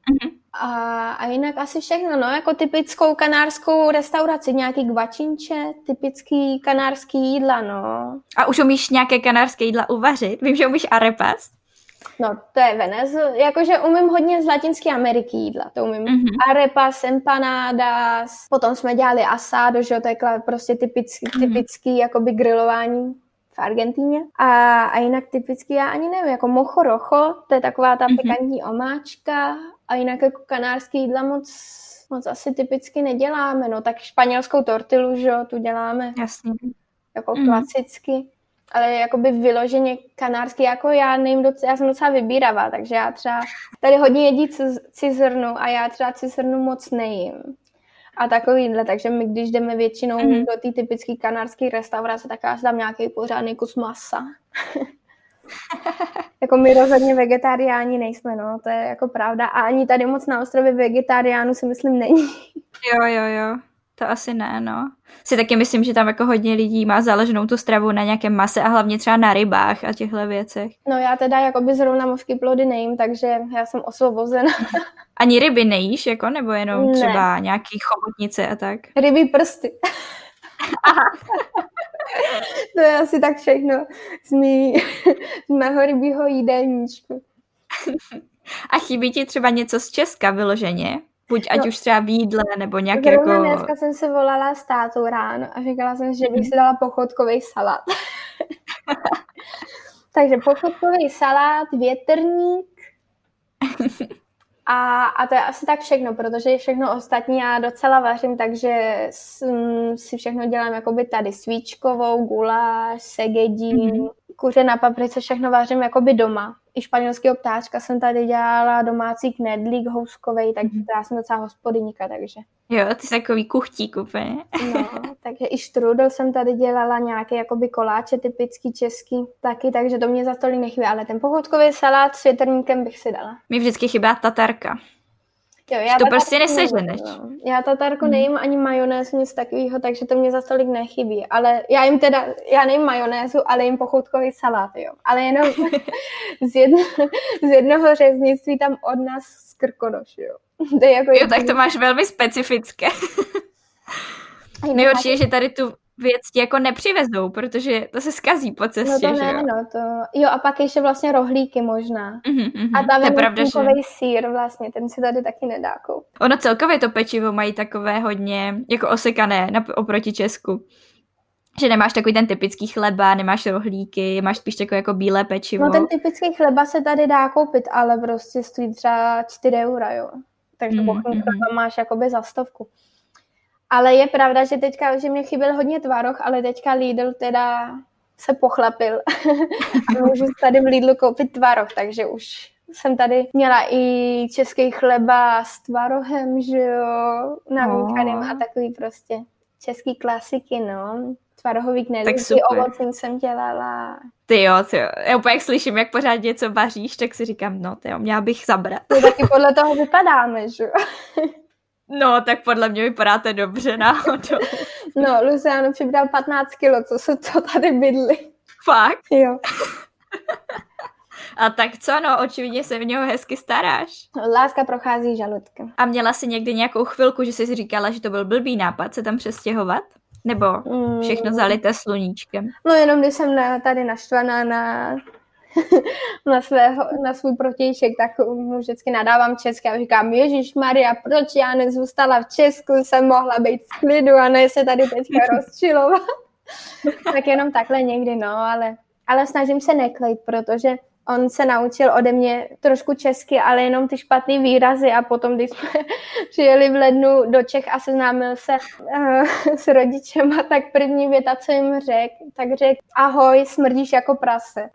A, a jinak asi všechno, no, jako typickou kanárskou restauraci, nějaký gvačinče, typický kanárský jídla, no. A už umíš nějaké kanárské jídla uvařit? Vím, že umíš arepas. No, to je Venezuela, jakože umím hodně z Latinské Ameriky jídla, to umím. Mm-hmm. Arepas, empanadas, potom jsme dělali asado, že jo, to je prostě typický, typický jakoby grilování v Argentíně. A, a jinak typický, já ani nevím, jako mocho rocho, to je taková ta mm-hmm. pikantní omáčka a jinak jako kanárský jídla moc, moc asi typicky neděláme, no, tak španělskou tortilu, že jo, tu děláme. Jasně. Jako mm-hmm. klasicky. Ale jakoby vyloženě kanárský, jako já nejím docela, já jsem docela vybíravá, takže já třeba tady hodně jedí cizrnu a já třeba cizrnu moc nejím. A takovýhle, takže my když jdeme většinou mm-hmm. do té typické kanárské restaurace, tak já si dám nějaký pořádný kus masa. Jako my rozhodně vegetariáni nejsme, no, to je jako pravda. A ani tady moc na ostrově vegetariánů si myslím není. Jo, jo, jo. To asi ne, no. Si taky myslím, že tam jako hodně lidí má založenou tu stravu na nějakém mase a hlavně třeba na rybách a těchto věcech. No já teda jakoby zrovna mořský plody nejím, takže já jsem osvobozena. Ani ryby nejíš, jako? Nebo jenom ne. Třeba nějaký chobotnice a tak? Rybí prsty. Aha. To je asi tak všechno z, mý, z mého rybího jídelníčku. A chybí ti třeba něco z Česka vyloženě? Buď ať no, už třeba v jídle, nebo nějaké jako... Dneska jsem se volala s tátou ráno a říkala jsem, že bych si dala pochodkový salát. Takže pochodkový salát, větrník a, a to je asi tak všechno, protože všechno ostatní já docela vařím, takže si všechno dělám jakoby tady svíčkovou, guláš, segedí, mm-hmm. kuře na paprice, všechno vařím jakoby doma. I španělského ptáčka jsem tady dělala, domácí knedlík houskovej, takže mm-hmm. já jsem docela hospodyníka, takže. Jo, ty jsi takový kuchtík úplně. No, takže i štrudel jsem tady dělala, nějaké jakoby koláče typický český taky, takže to mě za tolik nechybí, ale ten pochodkový salát s větrníkem bych si dala. Mi vždycky chybá tatarka. Jo, já to prostě neseženeš. No. Já tatarku hmm. nejím ani majonézu, nic takového, takže to mě za tolik nechybí. Ale já jim teda, já nejím majonézu, ale jim pochoutkový salát, jo. Ale jenom z, jedno, z jednoho řeznictví tam od nás z Krkonoš, jo. To je jako jo, tak to máš velmi specifické. Nejhorší je, že tady tu věc ti jako nepřivezou, protože to se zkazí po cestě, no to že ne, jo? No to... Jo, a pak ještě vlastně rohlíky možná. Mm-hmm, mm-hmm. A tam je venemníkovej že... sýr vlastně, ten si tady taky nedá koupit. Ono celkově to pečivo mají takové hodně jako osekané oproti Česku. Že nemáš takový ten typický chleba, nemáš rohlíky, máš spíš takový jako bílé pečivo. No ten typický chleba se tady dá koupit, ale prostě stojí třeba čtyři eura, jo. Takže mm, pokud mm. chleba máš jakoby za stovku. Ale je pravda, že teďka, že mě chyběl hodně tvaroh, ale teďka Lidl teda se pochlapil. A můžu tady v Lidlu koupit tvaroh, takže už jsem tady měla i český chleba s tvarohem, že jo, namíchaným oh. a takový prostě český klasiky, no. Tvarohový knedlíky, ovocný jsem dělala. Ty jo, ty jo. Já úplně jak slyším, jak pořád něco vaříš, tak si říkám, no ty jo, měla bych zabrat. To taky podle toho vypadáme, že jo. No, tak podle mě vypadáte dobře náhodou. No, Luciano přibral patnáct kilo, co se to tady bydli. Fakt? Jo. A tak co, no, očividně se v něho hezky staráš. Láska prochází žaludkem. A měla jsi někdy nějakou chvilku, že jsi říkala, že to byl blbý nápad se tam přestěhovat? Nebo všechno mm. zalité sluníčkem? No jenom když jsem na, tady naštvaná na, na, svého, na svůj protějšek, tak mu vždycky nadávám česky a říkám, Ježišmarja, proč já nezůstala v Česku, jsem mohla být v klidu a ne se tady teďka rozčilovat. Tak jenom takhle někdy, no, ale, ale snažím se neklejt, protože on se naučil ode mě trošku česky, ale jenom ty špatný výrazy a potom, když jsme přijeli v lednu do Čech a seznámil se uh, s rodičema, tak první věta, co jim řekl, tak řekl, ahoj, smrdíš jako prase.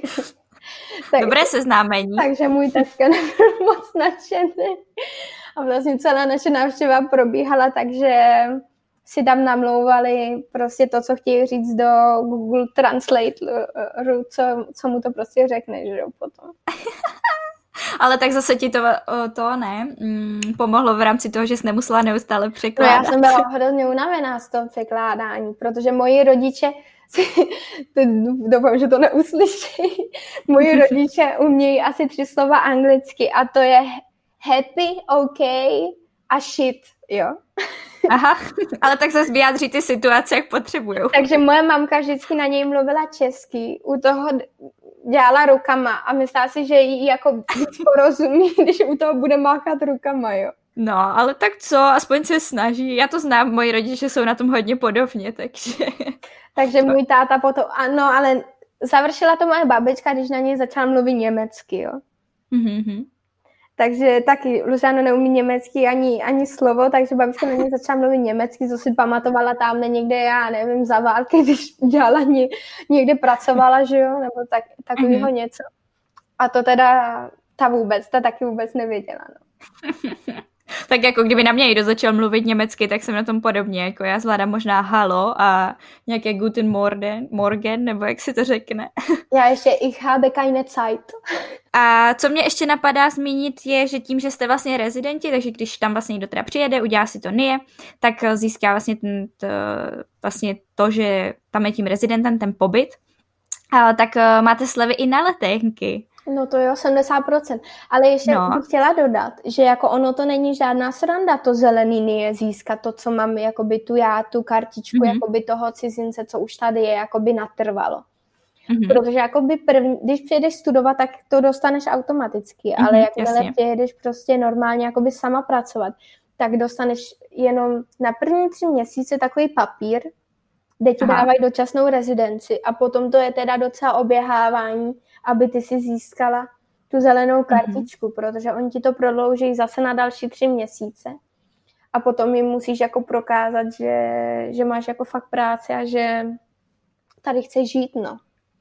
tak, Dobré seznámení. Takže můj taťka nebyl moc nadšený. A vlastně celá naše návštěva probíhala, takže si tam namlouvali prostě to, co chtějí říct do Google Translate, co, co mu to prostě řekne, že jo, potom. Ale tak zase ti to, to ne, mm, pomohlo v rámci toho, že jsi nemusela neustále překládat. No já jsem byla hrozně unavená z toho překládání, protože moji rodiče, doufám, že to neuslyší, moji rodiče umějí asi tři slova anglicky a to je happy, OK a shit, jo. Aha, ale tak zase vyjádří ty situace, jak potřebujou. Takže moje mamka vždycky na něj mluvila česky, u toho dělala rukama a myslela si, že jí jako víc porozumí, když u toho bude máchat rukama, jo. No, ale tak co, aspoň se snaží. Já to znám, moji rodiče jsou na tom hodně podobně, takže... Takže můj táta potom, ano, ale završila to moje babička, když na něj začala mluvit německy, jo. Mhm. Takže taky Luciano neumí německy ani, ani slovo, takže babička na něj začala mluvit německy, co si pamatovala tam někde, já nevím, za války, když dělala ně, někde pracovala, že jo, nebo tak, takového mm-hmm. něco. A to teda ta vůbec, ta taky vůbec nevěděla, no. Tak jako kdyby na mě někdo začal mluvit německy, tak jsem na tom podobně, jako já zvládám možná halo a nějaké Guten Morgen, Morgen, nebo jak si to řekne. Já ještě ich habe keine Zeit. A co mě ještě napadá zmínit je, že tím, že jste vlastně rezidenti, takže když tam vlastně někdo teda přijede, udělá si to N I E, tak získá vlastně, ten, to, vlastně to, že tam je tím rezidentem, ten pobyt, a tak máte slevy i na letenky. No to jo, sedmdesát procent. Ale ještě no. bych chtěla dodat, že jako ono to není žádná sranda, to zelený N I E získat, to, co mám jakoby tu já, tu kartičku mm-hmm. jakoby toho cizince, co už tady je, jakoby natrvalo. Mm-hmm. Protože jakoby první, když přijedeš studovat, tak to dostaneš automaticky, mm-hmm, ale jakmile přijedeš prostě normálně jakoby sama pracovat, tak dostaneš jenom na první tři měsíce takový papír, kde ti Aha. dávají dočasnou rezidenci a potom to je teda docela oběhávání, aby ty si získala tu zelenou kartičku, mm-hmm. protože oni ti to prodlouží zase na další tři měsíce a potom jim musíš jako prokázat, že, že máš jako fakt práci a že tady chceš žít, no.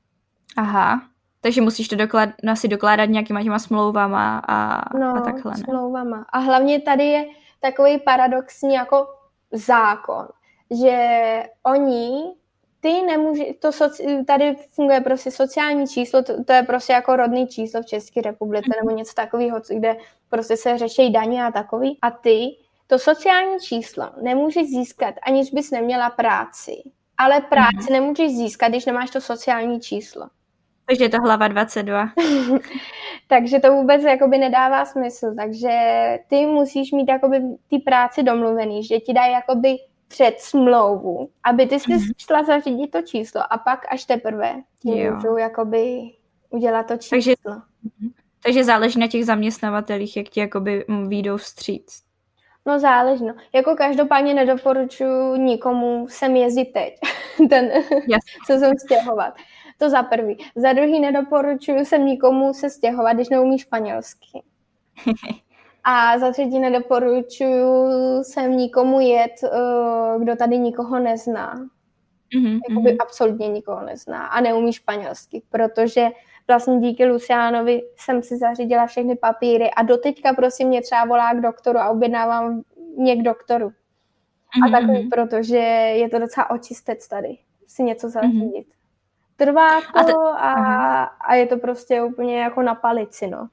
Aha, takže musíš to doklad, no, si dokládat nějakýma těma smlouvama a, no, a takhle, ne? smlouvama. A hlavně tady je takový paradoxní jako zákon, že oni, ty nemůže, to soci, tady funguje prostě sociální číslo, to, to je prostě jako rodný číslo v České republice nebo něco takového, kde prostě se řeší daně a takový. A ty to sociální číslo nemůžeš získat, aniž bys neměla práci. Ale práci mm-hmm. nemůžeš získat, když nemáš to sociální číslo. Takže je to hlava dvacet dva. Takže to vůbec jakoby nedává smysl. Takže ty musíš mít jakoby ty práci domluvený, že ti dají jakoby před smlouvu, aby ty si mm-hmm. šla zařídit to číslo a pak až teprve ti můžou jakoby udělat to číslo. Takže, takže záleží na těch zaměstnavatelích, jak ti jakoby vyjdou vstříc. No záleží, no. Jako každopádně nedoporučuji nikomu sem jezdit teď. Ten se sem stěhovat. To za prvý. Za druhý nedoporučuji sem nikomu se stěhovat, když neumí španělsky. A za třetí nedoporučuji sem nikomu jet, kdo tady nikoho nezná. Mm-hmm. Jakoby absolutně nikoho nezná a neumí španělsky, protože vlastně díky Luciánovi jsem si zařídila všechny papíry a doteďka prosím mě třeba volá k doktoru a objednávám mě k doktoru. Mm-hmm. A takový, protože je to docela očistec tady si něco zařídit. Mm-hmm. Trvá to a, te- a, a je to prostě úplně jako na palici, no.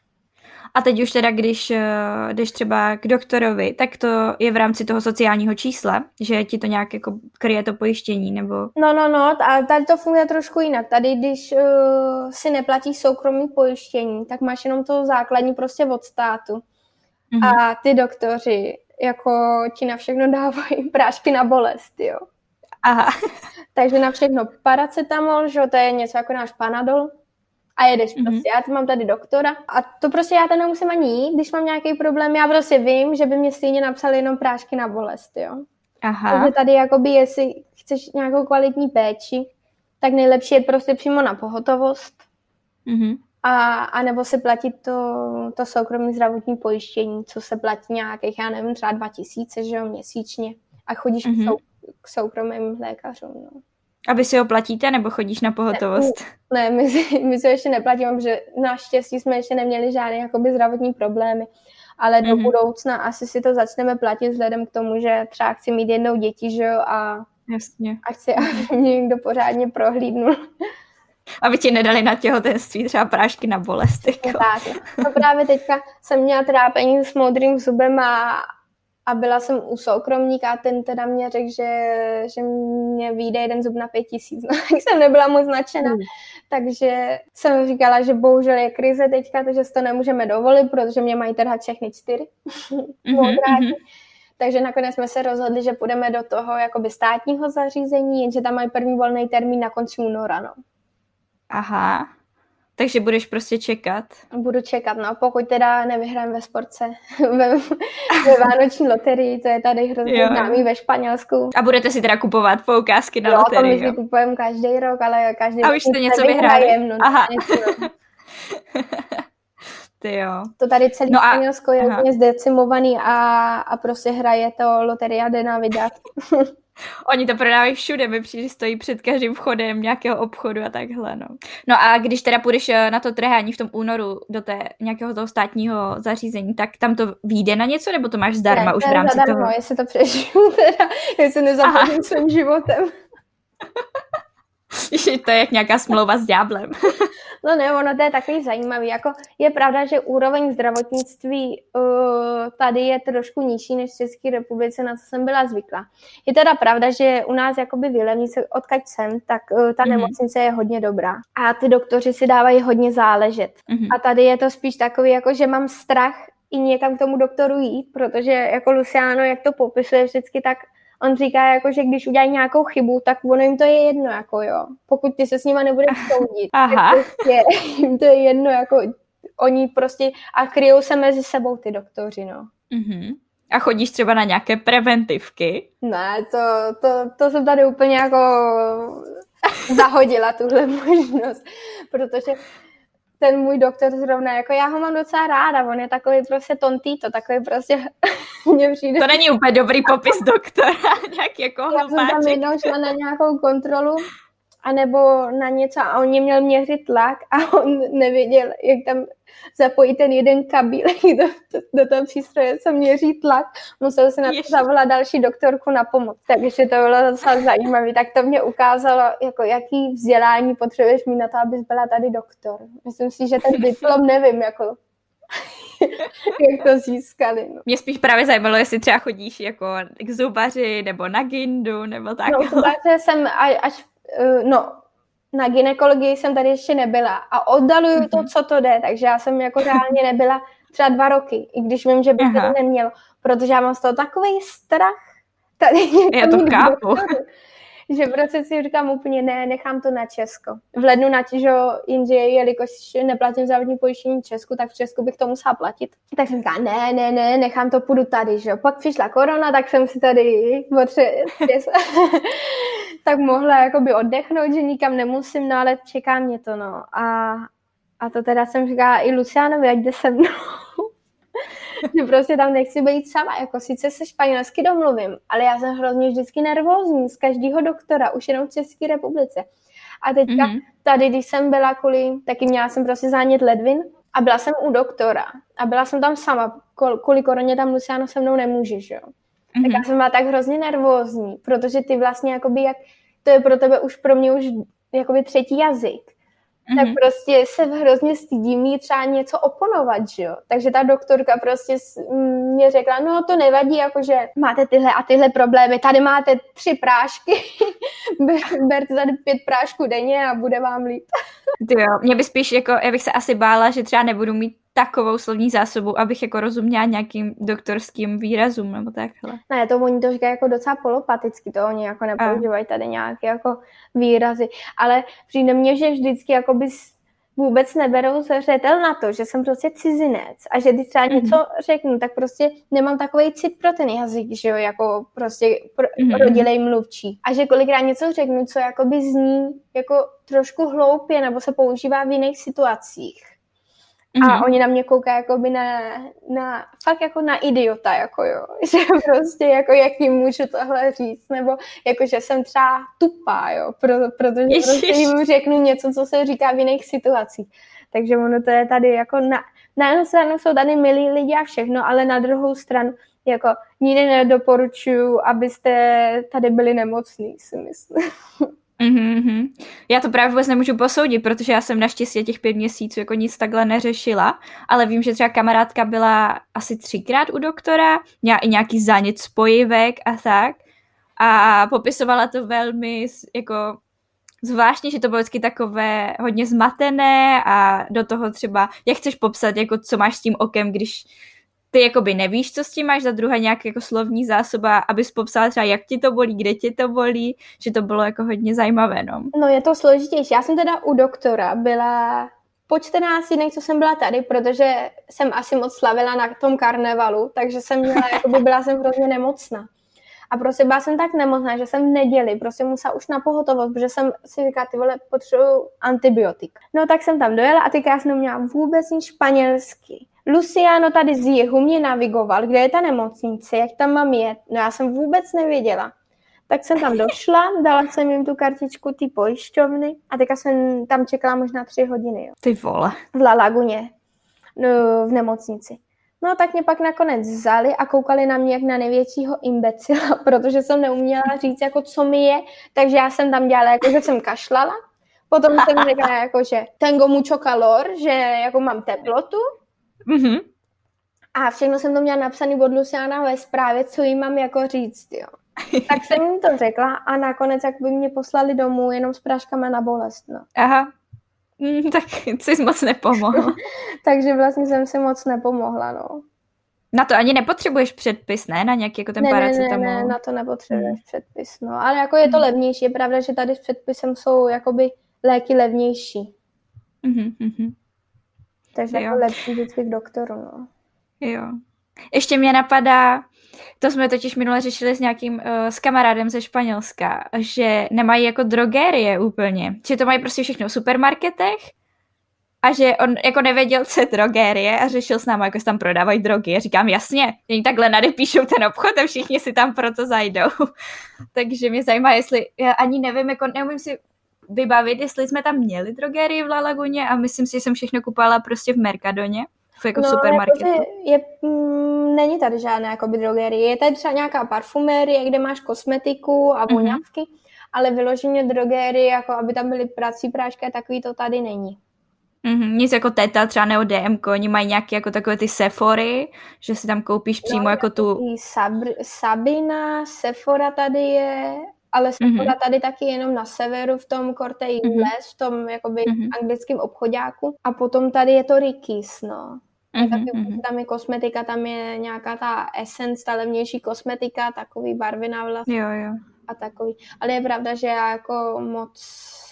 A teď už teda, když jdeš třeba k doktorovi, tak to je v rámci toho sociálního čísla, že ti to nějak jako kryje to pojištění, nebo... No, no, no, a tady to funguje trošku jinak. Tady, když uh, si neplatíš soukromý pojištění, tak máš jenom to základní prostě od státu. Mm-hmm. A ty doktoři jako ti na všechno dávají prášky na bolest, jo. Aha. Takže na všechno paracetamol, že to je něco jako náš Panadol. A jedeš mm-hmm. prostě, já mám tady doktora a to prostě já tady nemusím ani jít, když mám nějaký problém, já prostě vím, že by mě stejně napsali jenom prášky na bolest, jo. Aha. Takže tady jakoby, jestli chceš nějakou kvalitní péči, tak nejlepší je prostě přímo na pohotovost mm-hmm. a, a nebo si platit to, to soukromé zdravotní pojištění, co se platí nějakých, já nevím, třeba dva tisíce, že jo, měsíčně a chodíš mm-hmm. k, sou, k soukromým lékařům, no. A vy si ho platíte, nebo chodíš na pohotovost? Ne, ne my, si, my si ještě neplatíme, protože naštěstí jsme ještě neměli žádné jakoby zdravotní problémy, ale mm-hmm. do budoucna asi si to začneme platit vzhledem k tomu, že třeba chci mít jednou děti, že jo, a, Jasně. a chci, aby mě někdo pořádně prohlídnul. Aby ti nedali na těhotenství třeba prášky na bolest. Jako. Tak, no právě teďka jsem měla trápení s modrým zubem a A byla jsem u soukromníka a ten teda mě řekl, že, že mě vyjde jeden zub na pět tisíc. No, tak jsem nebyla moc nadšená. Mm. Takže jsem říkala, že bohužel je krize teďka, takže si to nemůžeme dovolit, protože mě mají trhat všechny čtyři. Mm-hmm. Takže nakonec jsme se rozhodli, že půjdeme do toho jakoby státního zařízení, jenže tam mají první volný termín na konci února. No. Aha. Takže budeš prostě čekat. Budu čekat, no, pokud teda nevyhrám ve sportce, ve, ve vánoční loterii, to je tady hrozně známý ve Španělsku. A budete si teda kupovat poukázky na jo, loterii, jo? to my si kupujeme každý rok, ale každý rok. A už jste něco vyhráli? No, aha. Něco, no. Ty jo. To tady celý no a... Španělsko je úplně zdecimovaný a, a prostě hraje to Loteria de Navidad. Oni to prodávají všude, mi přijde, stojí před každým vchodem nějakého obchodu a takhle, no. No a když teda půjdeš na to trhání v tom únoru do té nějakého toho státního zařízení, tak tam to vyjde na něco, nebo to máš zdarma ne, už v rámci zadarmo, toho? Jestli to přežiju teda, jestli nezapomínám svým životem. To je jak nějaká smlouva s ďáblem. No ne, ono to je takový zajímavý. Jako je pravda, že úroveň zdravotnictví uh, tady je trošku nižší než v České republice, na co jsem byla zvyklá. Je teda pravda, že u nás jakoby v Jilemnici, odkud jsem, tak uh, ta mm-hmm. nemocnice je hodně dobrá. A ty doktoři si dávají hodně záležet. Mm-hmm. A tady je to spíš takový, jako že mám strach i někam k tomu doktoru jít, protože jako Luciano, jak to popisuje vždycky, tak on říká, jako, že když udělají nějakou chybu, tak ono jim to je jedno, jako jo. Pokud ty se s nima nebudeš soudit, tak prostě jim to je jedno, jako oni prostě a kryjou se mezi sebou ty doktoři, no. Mm-hmm. A chodíš třeba na nějaké preventivky? Ne, to, to, to jsem tady úplně jako zahodila, tuhle možnost, protože ten můj doktor zrovna, jako já ho mám docela ráda, on je takový prostě tontýto, takový prostě mně přijde. To není úplně dobrý popis doktora, nějaký jako hlupáček. Já jsem tam jednou šla na nějakou kontrolu, anebo na něco a on mě měl měřit tlak a on nevěděl, jak tam zapojit ten jeden kabílek do, do, do toho přístroje, co měří tlak. Musel se na to zavolat další doktorku na pomoc. Takže to bylo docela zajímavé. Tak to mě ukázalo, jako jaký vzdělání potřebuješ mít na to, abys byla tady doktor. Myslím si, že ten diplom nevím, jako jak to získali. No. Mě spíš právě zajímalo, jestli třeba chodíš jako k zubaři nebo na gindu, nebo tak. No, zubaře jsem až, no, na gynekologii jsem tady ještě nebyla a oddaluju mm-hmm. to, co to jde, takže já jsem jako reálně nebyla třeba dva roky, i když vím, že by to nemělo, protože já mám z toho takový strach. Tady já to chápu. Že prostě si říkám úplně ne, nechám to na Česko. V lednu natěžo, jenže jelikož neplatím zdravotní pojištění v Česku, tak v Česku bych to musela platit. Tak jsem říkala, ne, ne, ne, nechám to, půjdu tady, že jo. Pak přišla korona, tak jsem si tady potře- tak mohla jakoby oddechnout, že nikam nemusím, no ale čeká mě to, no. A, a to teda jsem říkala i Lucianovi, ať jde se mnou. že prostě tam nechci být sama, jako sice se španělsky domluvím, ale já jsem hrozně vždycky nervózní z každého doktora, už jenom v České republice. A teďka mm-hmm. tady, když jsem byla kvůli, taky měla jsem prostě zánět ledvin a byla jsem u doktora a byla jsem tam sama, kvůli koroně tam Luciano se mnou nemůže, že jo. Mm-hmm. Tak já jsem byla tak hrozně nervózní, protože ty vlastně jakoby, jak to je pro tebe už pro mě už jakoby třetí jazyk, mm-hmm. tak prostě se hrozně stydím jí třeba něco oponovat, že jo. Takže ta doktorka prostě mě řekla, no to nevadí, jakože máte tyhle a tyhle problémy, tady máte tři prášky, berte tady pět prášků denně a bude vám líp. Ty jo, mě by spíš jako, já bych se asi bála, že třeba nebudu mít takovou slovní zásobu, abych jako rozuměla nějakým doktorským výrazům nebo takhle. Ne, to oni to říkají jako docela polopaticky, to oni jako nepoužívají tady nějaké jako výrazy, ale přijde mně, že vždycky jako bys vůbec neberou zřetel na to, že jsem prostě cizinec a že když třeba něco mm-hmm. řeknu, tak prostě nemám takovej cit pro ten jazyk, že jo, jako prostě pro, mm-hmm. rodilej mluvčí. A že kolikrát něco řeknu, co jakoby zní jako trošku hloupě nebo se používá v jiných situacích. Mm-hmm. A oni na mě koukají jakoby na, na, fakt jako na idiota, jako jo, že prostě jako jak jim můžu tohle říct, nebo jako že jsem třeba tupá, jo, pro, protože Ježiš. prostě jim řeknu něco, co se říká v jiných situacích. Takže ono to je tady jako na, na jednu stranu jsou tady milí lidi a všechno, ale na druhou stranu jako nikdy nedoporučuju, abyste tady byli nemocní, si myslím. Mm-hmm. Já to právě vůbec nemůžu posoudit, protože já jsem naštěstí těch pět měsíců jako nic takhle neřešila, ale vím, že třeba kamarádka byla asi třikrát u doktora, měla i nějaký zánět spojivek a tak a popisovala to velmi jako zvláštně, že to bylo vždycky takové hodně zmatené a do toho třeba, jak chceš popsat, jako co máš s tím okem, když ty jakoby nevíš, co s tím máš, za druhé nějak jako slovní zásoba, abys popsala třeba, jak ti to bolí, kde ti to bolí, že to bylo jako hodně zajímavé, no. No je to složitější. Já jsem teda u doktora byla po čtrnácti dnech, co jsem byla tady, protože jsem asi moc slavila na tom karnevalu, takže jsem měla, jakoby byla jsem hrozně nemocná. A prostě byla jsem tak nemocná, že jsem v neděli prostě musela už na pohotovost, protože jsem si říkala, ty vole, potřebuju antibiotik. No tak jsem tam dojela a teďka já jsem neměla vůbec nic španělsky. Luciano tady z jihu mě navigoval, kde je ta nemocnice, jak tam mám jet. No já jsem vůbec nevěděla. Tak jsem tam došla, dala jsem jim tu kartičku ty pojišťovny a teďka jsem tam čekala možná tři hodiny. Jo. Ty vole. V La Laguně, no, v nemocnici. No tak mě pak nakonec vzali a koukali na mě jak na největšího imbecila, protože jsem neuměla říct, jako co mi je, takže já jsem tam dělala, jako že jsem kašlala. Potom jsem řekla, jako, že tengo mucho calor, že jako mám teplotu. Mm-hmm. A všechno jsem to měla napsaný od Luciana ve zprávě, co jí mám jako říct, jo. Tak jsem jim to řekla a nakonec jak by mě poslali domů jenom s práškama na bolest, no. Aha, mm, tak jsi moc nepomohla. Takže vlastně jsem si moc nepomohla, no. Na to ani nepotřebuješ předpis, ne? Na nějaký jako ten ne, paracetamol? Ne, ne, ne, na to nepotřebuješ hmm. předpis, no. Ale jako je to hmm. levnější, je pravda, že tady s předpisem jsou jakoby léky levnější. Mhm, mhm. Takže jo. Jako lepší vždycky k doktoru, no. Jo. Ještě mě napadá, to jsme totiž minule řešili s nějakým, uh, s kamarádem ze Španělska, že nemají jako drogerie úplně. Že to mají prostě všechno v supermarketech a že on jako nevěděl, co je drogerie a řešil s námi, jako se tam prodávají drogy. A říkám, jasně, oni takhle nadepíšou ten obchod a všichni si tam proto zajdou. Takže mě zajímá, jestli, já ani nevím, jako neumím si vybavit, jestli jsme tam měli drogerii v La Laguně a myslím si, že jsem všechno kupovala prostě v Mercadoně, jako v no, supermarketu. Jako je, mm, není tady žádná jakoby drogerie, je tady třeba nějaká parfumérie, kde máš kosmetiku a voňavky, mm-hmm. ale vyloženě drogerie, jako aby tam byly prací prášky a takový, to tady není. Mm-hmm, nic jako Teta, třeba nebo D M ko, oni mají nějaké jako takové ty Sephory, že si tam koupíš přímo no, jako tu... Sabr- Sabina, Sephora tady je... Ale Sephora mm-hmm. tady taky jenom na severu v tom Corte Inglés, mm-hmm. v tom jakoby mm-hmm. anglickém obchodáku. A potom tady je to Ricky's, no. Mm-hmm. Taky, tam je kosmetika, tam je nějaká ta Essence, ta levnější kosmetika, takový barvy na vlas. Jo, jo. A takový. Ale je pravda, že já jako moc...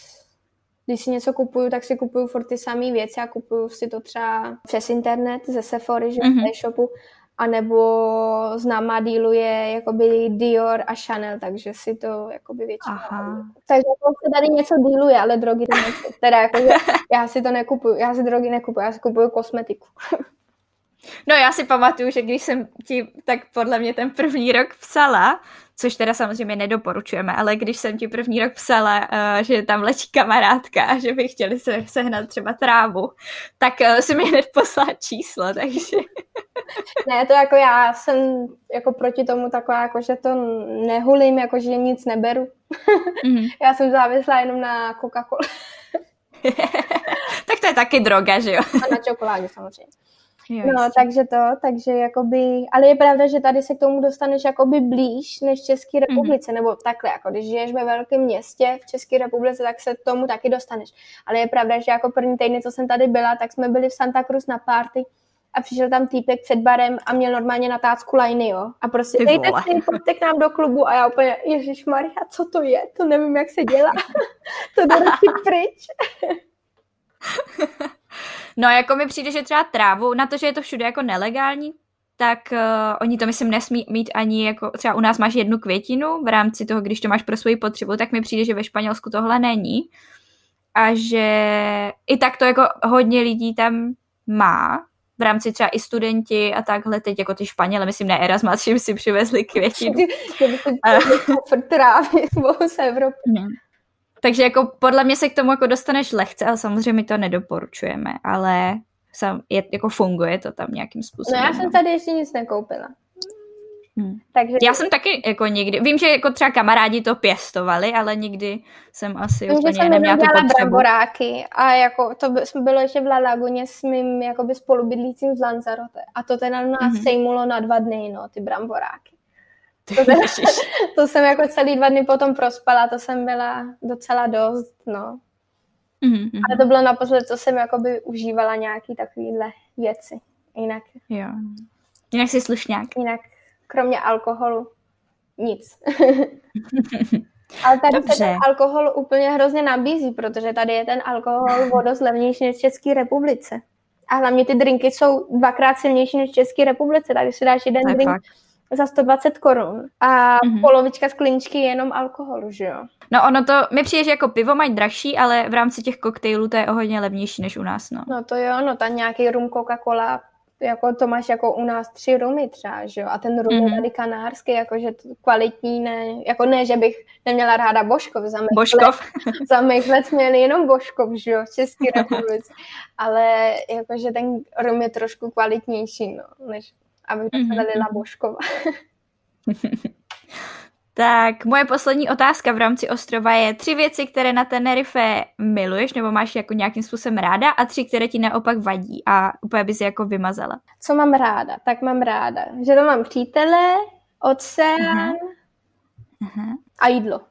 Když si něco kupuju, tak si kupuju furt ty samé věci a kupuju si to třeba přes internet ze Sephory, že mm-hmm. v e-shopu. A nebo známá díluje jakoby Dior a Chanel, takže si to jakoby většinou. Takže se tady něco díluje, ale drogy to nejsou. Teda jakoby, já si to nekupuju, já si drogy nekupuju, já si kupuju kosmetiku. No já si pamatuju, že když jsem ti tak podle mě ten první rok psala, což teda samozřejmě nedoporučujeme, ale když jsem ti první rok psala, uh, že tam letí kamarádka a že by chtěli se sehnat třeba trávu, tak uh, si mi hned poslala číslo, takže... Ne, to jako já jsem jako proti tomu taková, jako že to nehulím, jako že nic neberu. Mm-hmm. Já jsem závislá jenom na Coca-Cole. Tak to je taky droga, že jo? A na čokoládě samozřejmě. Jo, no, jistě. takže to, takže jakoby, ale je pravda, že tady se k tomu dostaneš jakoby blíž než v České republice, mm-hmm. nebo takhle, jako když žiješ ve velkém městě v České republice, tak se k tomu taky dostaneš. Ale je pravda, že jako první týden, co jsem tady byla, tak jsme byli v Santa Cruz na party a přišel tam týpek před barem a měl normálně na tácku lajny, jo. A prostě, dejte si, pojďte k nám do klubu a já úplně, ježišmarja, co to je? To nevím, jak se dělá. To jde pryč. No, jako mi přijde, že třeba trávu, na to, že je to všude jako nelegální, tak uh, oni to, myslím, nesmí mít ani, jako třeba u nás máš jednu květinu v rámci toho, když to máš pro svoji potřebu, tak mi přijde, že ve Španělsku tohle není. A že i tak to jako hodně lidí tam má, v rámci třeba i studenti a takhle, teď jako ty Španěle, myslím, ne Erasmus, že si přivezli květinu. Trávy z Evropy. Takže jako podle mě se k tomu jako dostaneš lehce, ale samozřejmě my to nedoporučujeme, ale sam, je, jako funguje to tam nějakým způsobem. No já jsem tady ještě nic nekoupila. Hmm. Takže... Já jsem taky jako nikdy, vím, že jako třeba kamarádi to pěstovali, ale nikdy jsem asi vím, úplně jsem neměla tu potřebu. Bramboráky a jako to by, bylo ještě v La Laguně s mým jakoby spolubydlícím z Lanzarote a to teda nás mm-hmm. sejmulo na dva dny, no, ty bramboráky. To, teda, to jsem jako celý dva dny potom prospala, to jsem byla docela dost, no. Mm-hmm. Ale to bylo naposled, co jsem jakoby užívala nějaký takovýhle věci. Jinak. Jo. Jinak jsi slušňák. Jinak, kromě alkoholu, nic. Ale tady Dobře. se ten alkohol úplně hrozně nabízí, protože tady je ten alkohol o dost levnější než v České republice. A hlavně ty drinky jsou dvakrát silnější než v České republice. Tady si dáš jeden drink fakt. Za sto dvacet korun a mm-hmm. polovička skleničky je jenom alkoholu, že jo? No ono to, mi přijde, že jako pivo mají dražší, ale v rámci těch koktejlů to je o hodně levnější než u nás, no. No to jo, no tam nějaký rum Coca-Cola, jako to máš jako u nás tři rumy třeba, že jo? A ten rum mm-hmm. je tady kanárský, jakože kvalitní, ne, jako ne, že bych neměla ráda Božkov. Za mých Božkov. Let, za mých let jsme měli jenom Božkov, že jo, v České republice. Ale jakože ten rum je trošku kvalitnější, no, než abych mm-hmm. nalila Božkova. Tak, moje poslední otázka v rámci ostrova je tři věci, které na Tenerife miluješ, nebo máš jako nějakým způsobem ráda, a tři, které ti naopak vadí a úplně bys jako vymazala. Co mám ráda? Tak mám ráda, že to mám přítele, oceán uh-huh. a jídlo.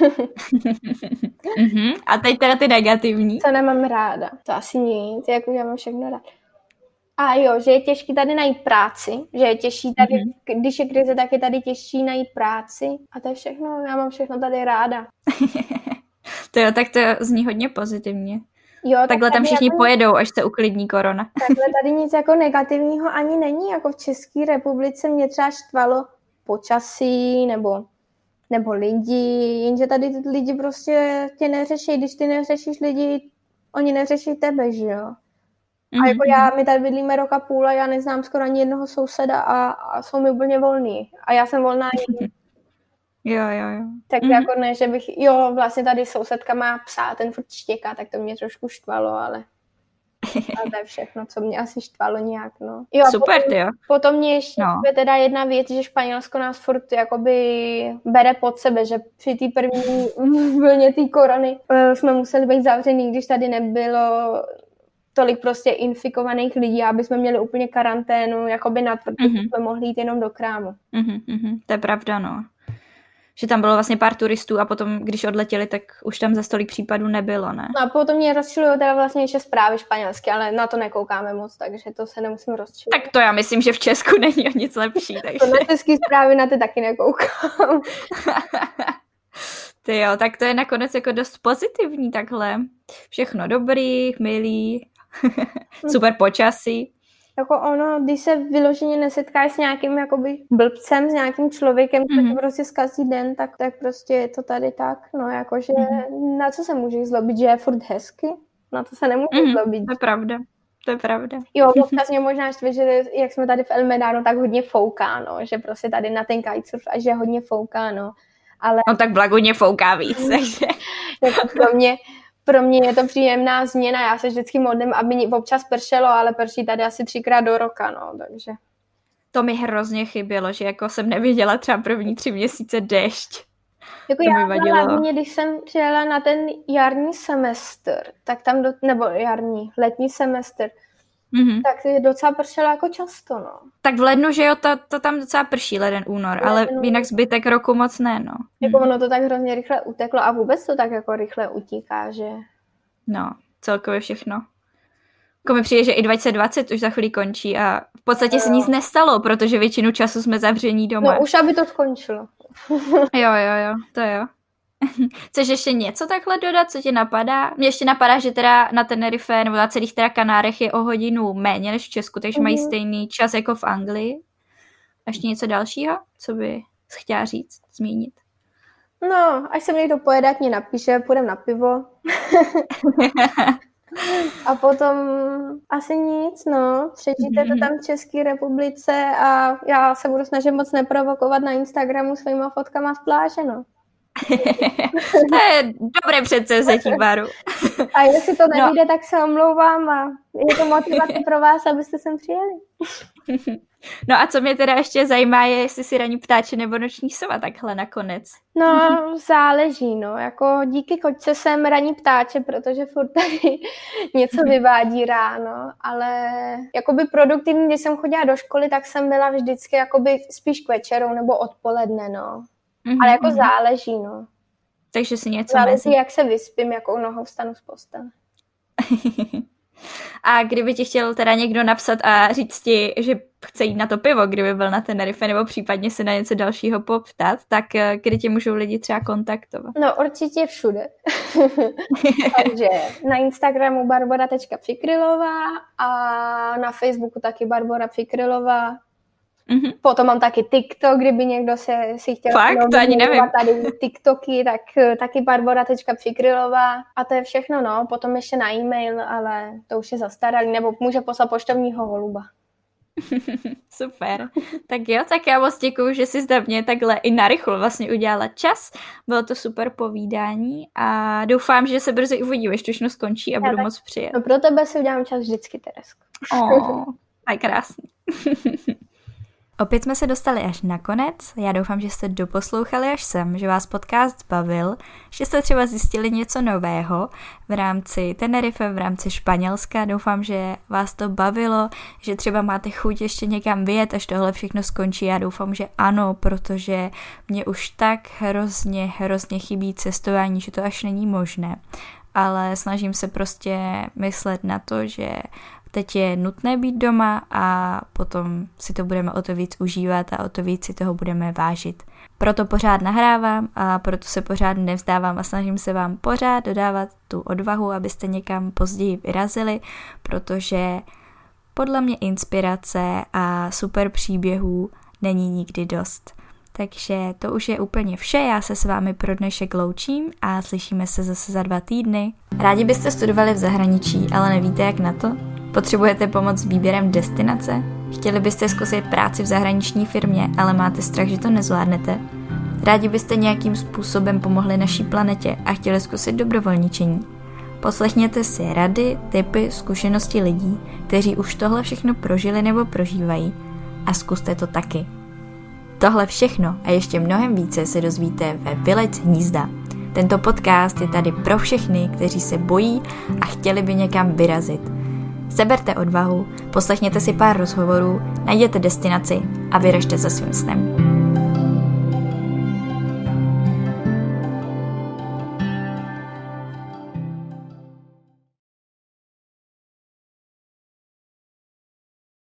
uh-huh. A teď teda ty negativní. Co nemám ráda? To asi nic, jako já mám všechno ráda. A jo, že je těžký tady najít práci, že je těžší tady, mm-hmm. když je krize, tak je tady těžší najít práci a to je všechno, já mám všechno tady ráda. To jo, tak to zní hodně pozitivně. Jo, takhle tak tam všichni jako, pojedou, až se uklidní korona. Takhle tady nic jako negativního ani není, jako v České republice mě třeba štvalo počasí nebo, nebo lidi, jenže tady lidi prostě tě neřeší, když ty neřešíš lidi, oni neřeší tebe, že jo. A jako já, my tady bydlíme rok a půl a já neznám skoro ani jednoho souseda a, a jsou mi úplně volný. A já jsem volná i. Jo, jo, jo. Tak mm-hmm. jako ne, že bych, jo, vlastně tady sousedka má psa, ten furt štěká, tak to mě trošku štvalo, ale, ale to je všechno, co mě asi štvalo nějak, no. Jo, super, potom, ty jo. Potom mě ještě no. je teda jedna věc, že Španělsko nás furt jakoby bere pod sebe, že při té první vlně té korony jsme museli být zavřený, když tady nebylo tolik prostě infikovaných lidí, aby jsme měli úplně karanténu, jakoby natvrdo, mm-hmm. jsme mohli jít jenom do krámu. Mm-hmm, mm-hmm. To je pravda, no. Že tam bylo vlastně pár turistů a potom, když odletěli, tak už tam za stolik případů nebylo, ne? No a potom mě rozčilují teda vlastně ještě zprávy španělsky, ale na to nekoukáme moc, takže to se nemusím rozčilovat. Tak to já myslím, že v Česku není o nic lepší. Takže... To na český zprávy na ty taky nekoukám. Ty jo, tak to je nakonec jako dost pozitivní takhle. Všechno dobrý, milý, super počasí. Jako ono, když se vyloženě nesetkáš s nějakým jakoby blbcem, s nějakým člověkem, mm-hmm. který prostě zkazí den, tak, tak prostě je to tady tak, no jakože mm-hmm. na co se můžeš zlobit, že je furt hezky? Na to se nemůžeš mm-hmm. zlobit. To je pravda. to je pravda. Jo, občas mě možná štve, že jak jsme tady v Elmedánu, tak hodně fouká, no, že prostě tady na ten kitesurf a že hodně fouká, no. Ale... No tak v laguně fouká víc, takže... jako pro mě, pro mě je to příjemná změna, já se vždycky modlím, aby občas pršelo, ale prší tady asi třikrát do roka, no, takže... To mi hrozně chybělo, že jako jsem neviděla třeba první tři měsíce déšť. Jako to já hlavně, když jsem přijela na ten jarní semestr, tak tam, do, nebo jarní, letní semestr, mm-hmm. tak docela pršelo jako často, no. Tak v lednu, že jo, to, to tam docela prší, leden, únor, lednu. Ale jinak zbytek roku moc ne, no. Jako ono to tak hrozně rychle uteklo a vůbec to tak jako rychle utíká, že... No, celkově všechno. Jako mi přijde, že i dvacet dvacet už za chvíli končí a v podstatě no. se nic nestalo, protože většinu času jsme zavření doma. No už aby to skončilo. jo, jo, jo, to jo. Chceš ještě něco takhle dodat, co ti napadá? Mně ještě napadá, že teda na Tenerife nebo na celých teda Kanárech je o hodinu méně než v Česku, takže mm-hmm. mají stejný čas jako v Anglii. A ještě něco dalšího, co by chtěla říct, zmínit? No, až se mi někdo pojede, ať mě napíše, půjdem na pivo. A potom asi nic, no. Přečíte to tam v České republice a já se budu snažit moc neprovokovat na Instagramu svýma fotkama z pláže, no. To je dobré předsevzetí, Baru. A jestli to nevíde, no. tak se omlouvám a je to motivace pro vás, abyste sem přijeli. No a co mě teda ještě zajímá je, jestli si raní ptáče nebo noční sova takhle nakonec. No, záleží, no. Jako díky kočce jsem raní ptáče, protože furt tady něco vyvádí ráno, ale jakoby produktivní, když jsem chodila do školy, tak jsem byla vždycky jakoby spíš k večeru nebo odpoledne, no. Mm-hmm. Ale jako záleží, no. Takže si něco záleží, mezi. jak se vyspím, jakou nohou vstanu z postele. A kdyby ti chtěl teda někdo napsat a říct ti, že chce jít na to pivo, kdyby byl na Tenerife, nebo případně se na něco dalšího poptat, tak kdy tě můžou lidi třeba kontaktovat? No určitě všude. Takže na Instagramu barbora tečka přikrylová a na Facebooku taky Barbora Přikrylová. Mm-hmm. Potom mám taky TikTok, kdyby někdo se, si chtěl Fakt? To ani nevím. Tady TikToky, tak taky barbora tečka přikrylová a to je všechno, no. Potom ještě na e-mail, ale to už je zastaralý, nebo může poslat poštovního holuba. Super. Tak jo, tak já moc děkuju, že jsi zde mě takhle i narychlo vlastně udělala čas. Bylo to super povídání a doufám, že se brzy uvidíme, až to všechno skončí a já budu tak, moc přijet. No pro tebe si udělám čas vždycky, Teresko. Oh, tak krásný. Opět jsme se dostali až na konec. Já doufám, že jste doposlouchali až sem, že vás podcast bavil, že jste třeba zjistili něco nového v rámci Tenerife, v rámci Španělska. Doufám, že vás to bavilo, že třeba máte chuť ještě někam vyjet, až tohle všechno skončí. Já doufám, že ano, protože mě už tak hrozně, hrozně chybí cestování, že to až není možné. Ale snažím se prostě myslet na to, že teď je nutné být doma a potom si to budeme o to víc užívat a o to víc si toho budeme vážit. Proto pořád nahrávám a proto se pořád nevzdávám a snažím se vám pořád dodávat tu odvahu, abyste někam později vyrazili, protože podle mě inspirace a super příběhů není nikdy dost. Takže to už je úplně vše, já se s vámi pro dnešek loučím a slyšíme se zase za dva týdny. Rádi byste studovali v zahraničí, ale nevíte jak na to? Potřebujete pomoc s výběrem destinace? Chtěli byste zkusit práci v zahraniční firmě, ale máte strach, že to nezvládnete? Rádi byste nějakým způsobem pomohli naší planetě a chtěli zkusit dobrovolničení? Poslechněte si rady, tipy, zkušenosti lidí, kteří už tohle všechno prožili nebo prožívají a zkuste to taky. Tohle všechno a ještě mnohem více se dozvíte ve Vylec hnízda. Tento podcast je tady pro všechny, kteří se bojí a chtěli by někam vyrazit. Seberte odvahu, poslechněte si pár rozhovorů, najděte destinaci a vyražte za svým snem.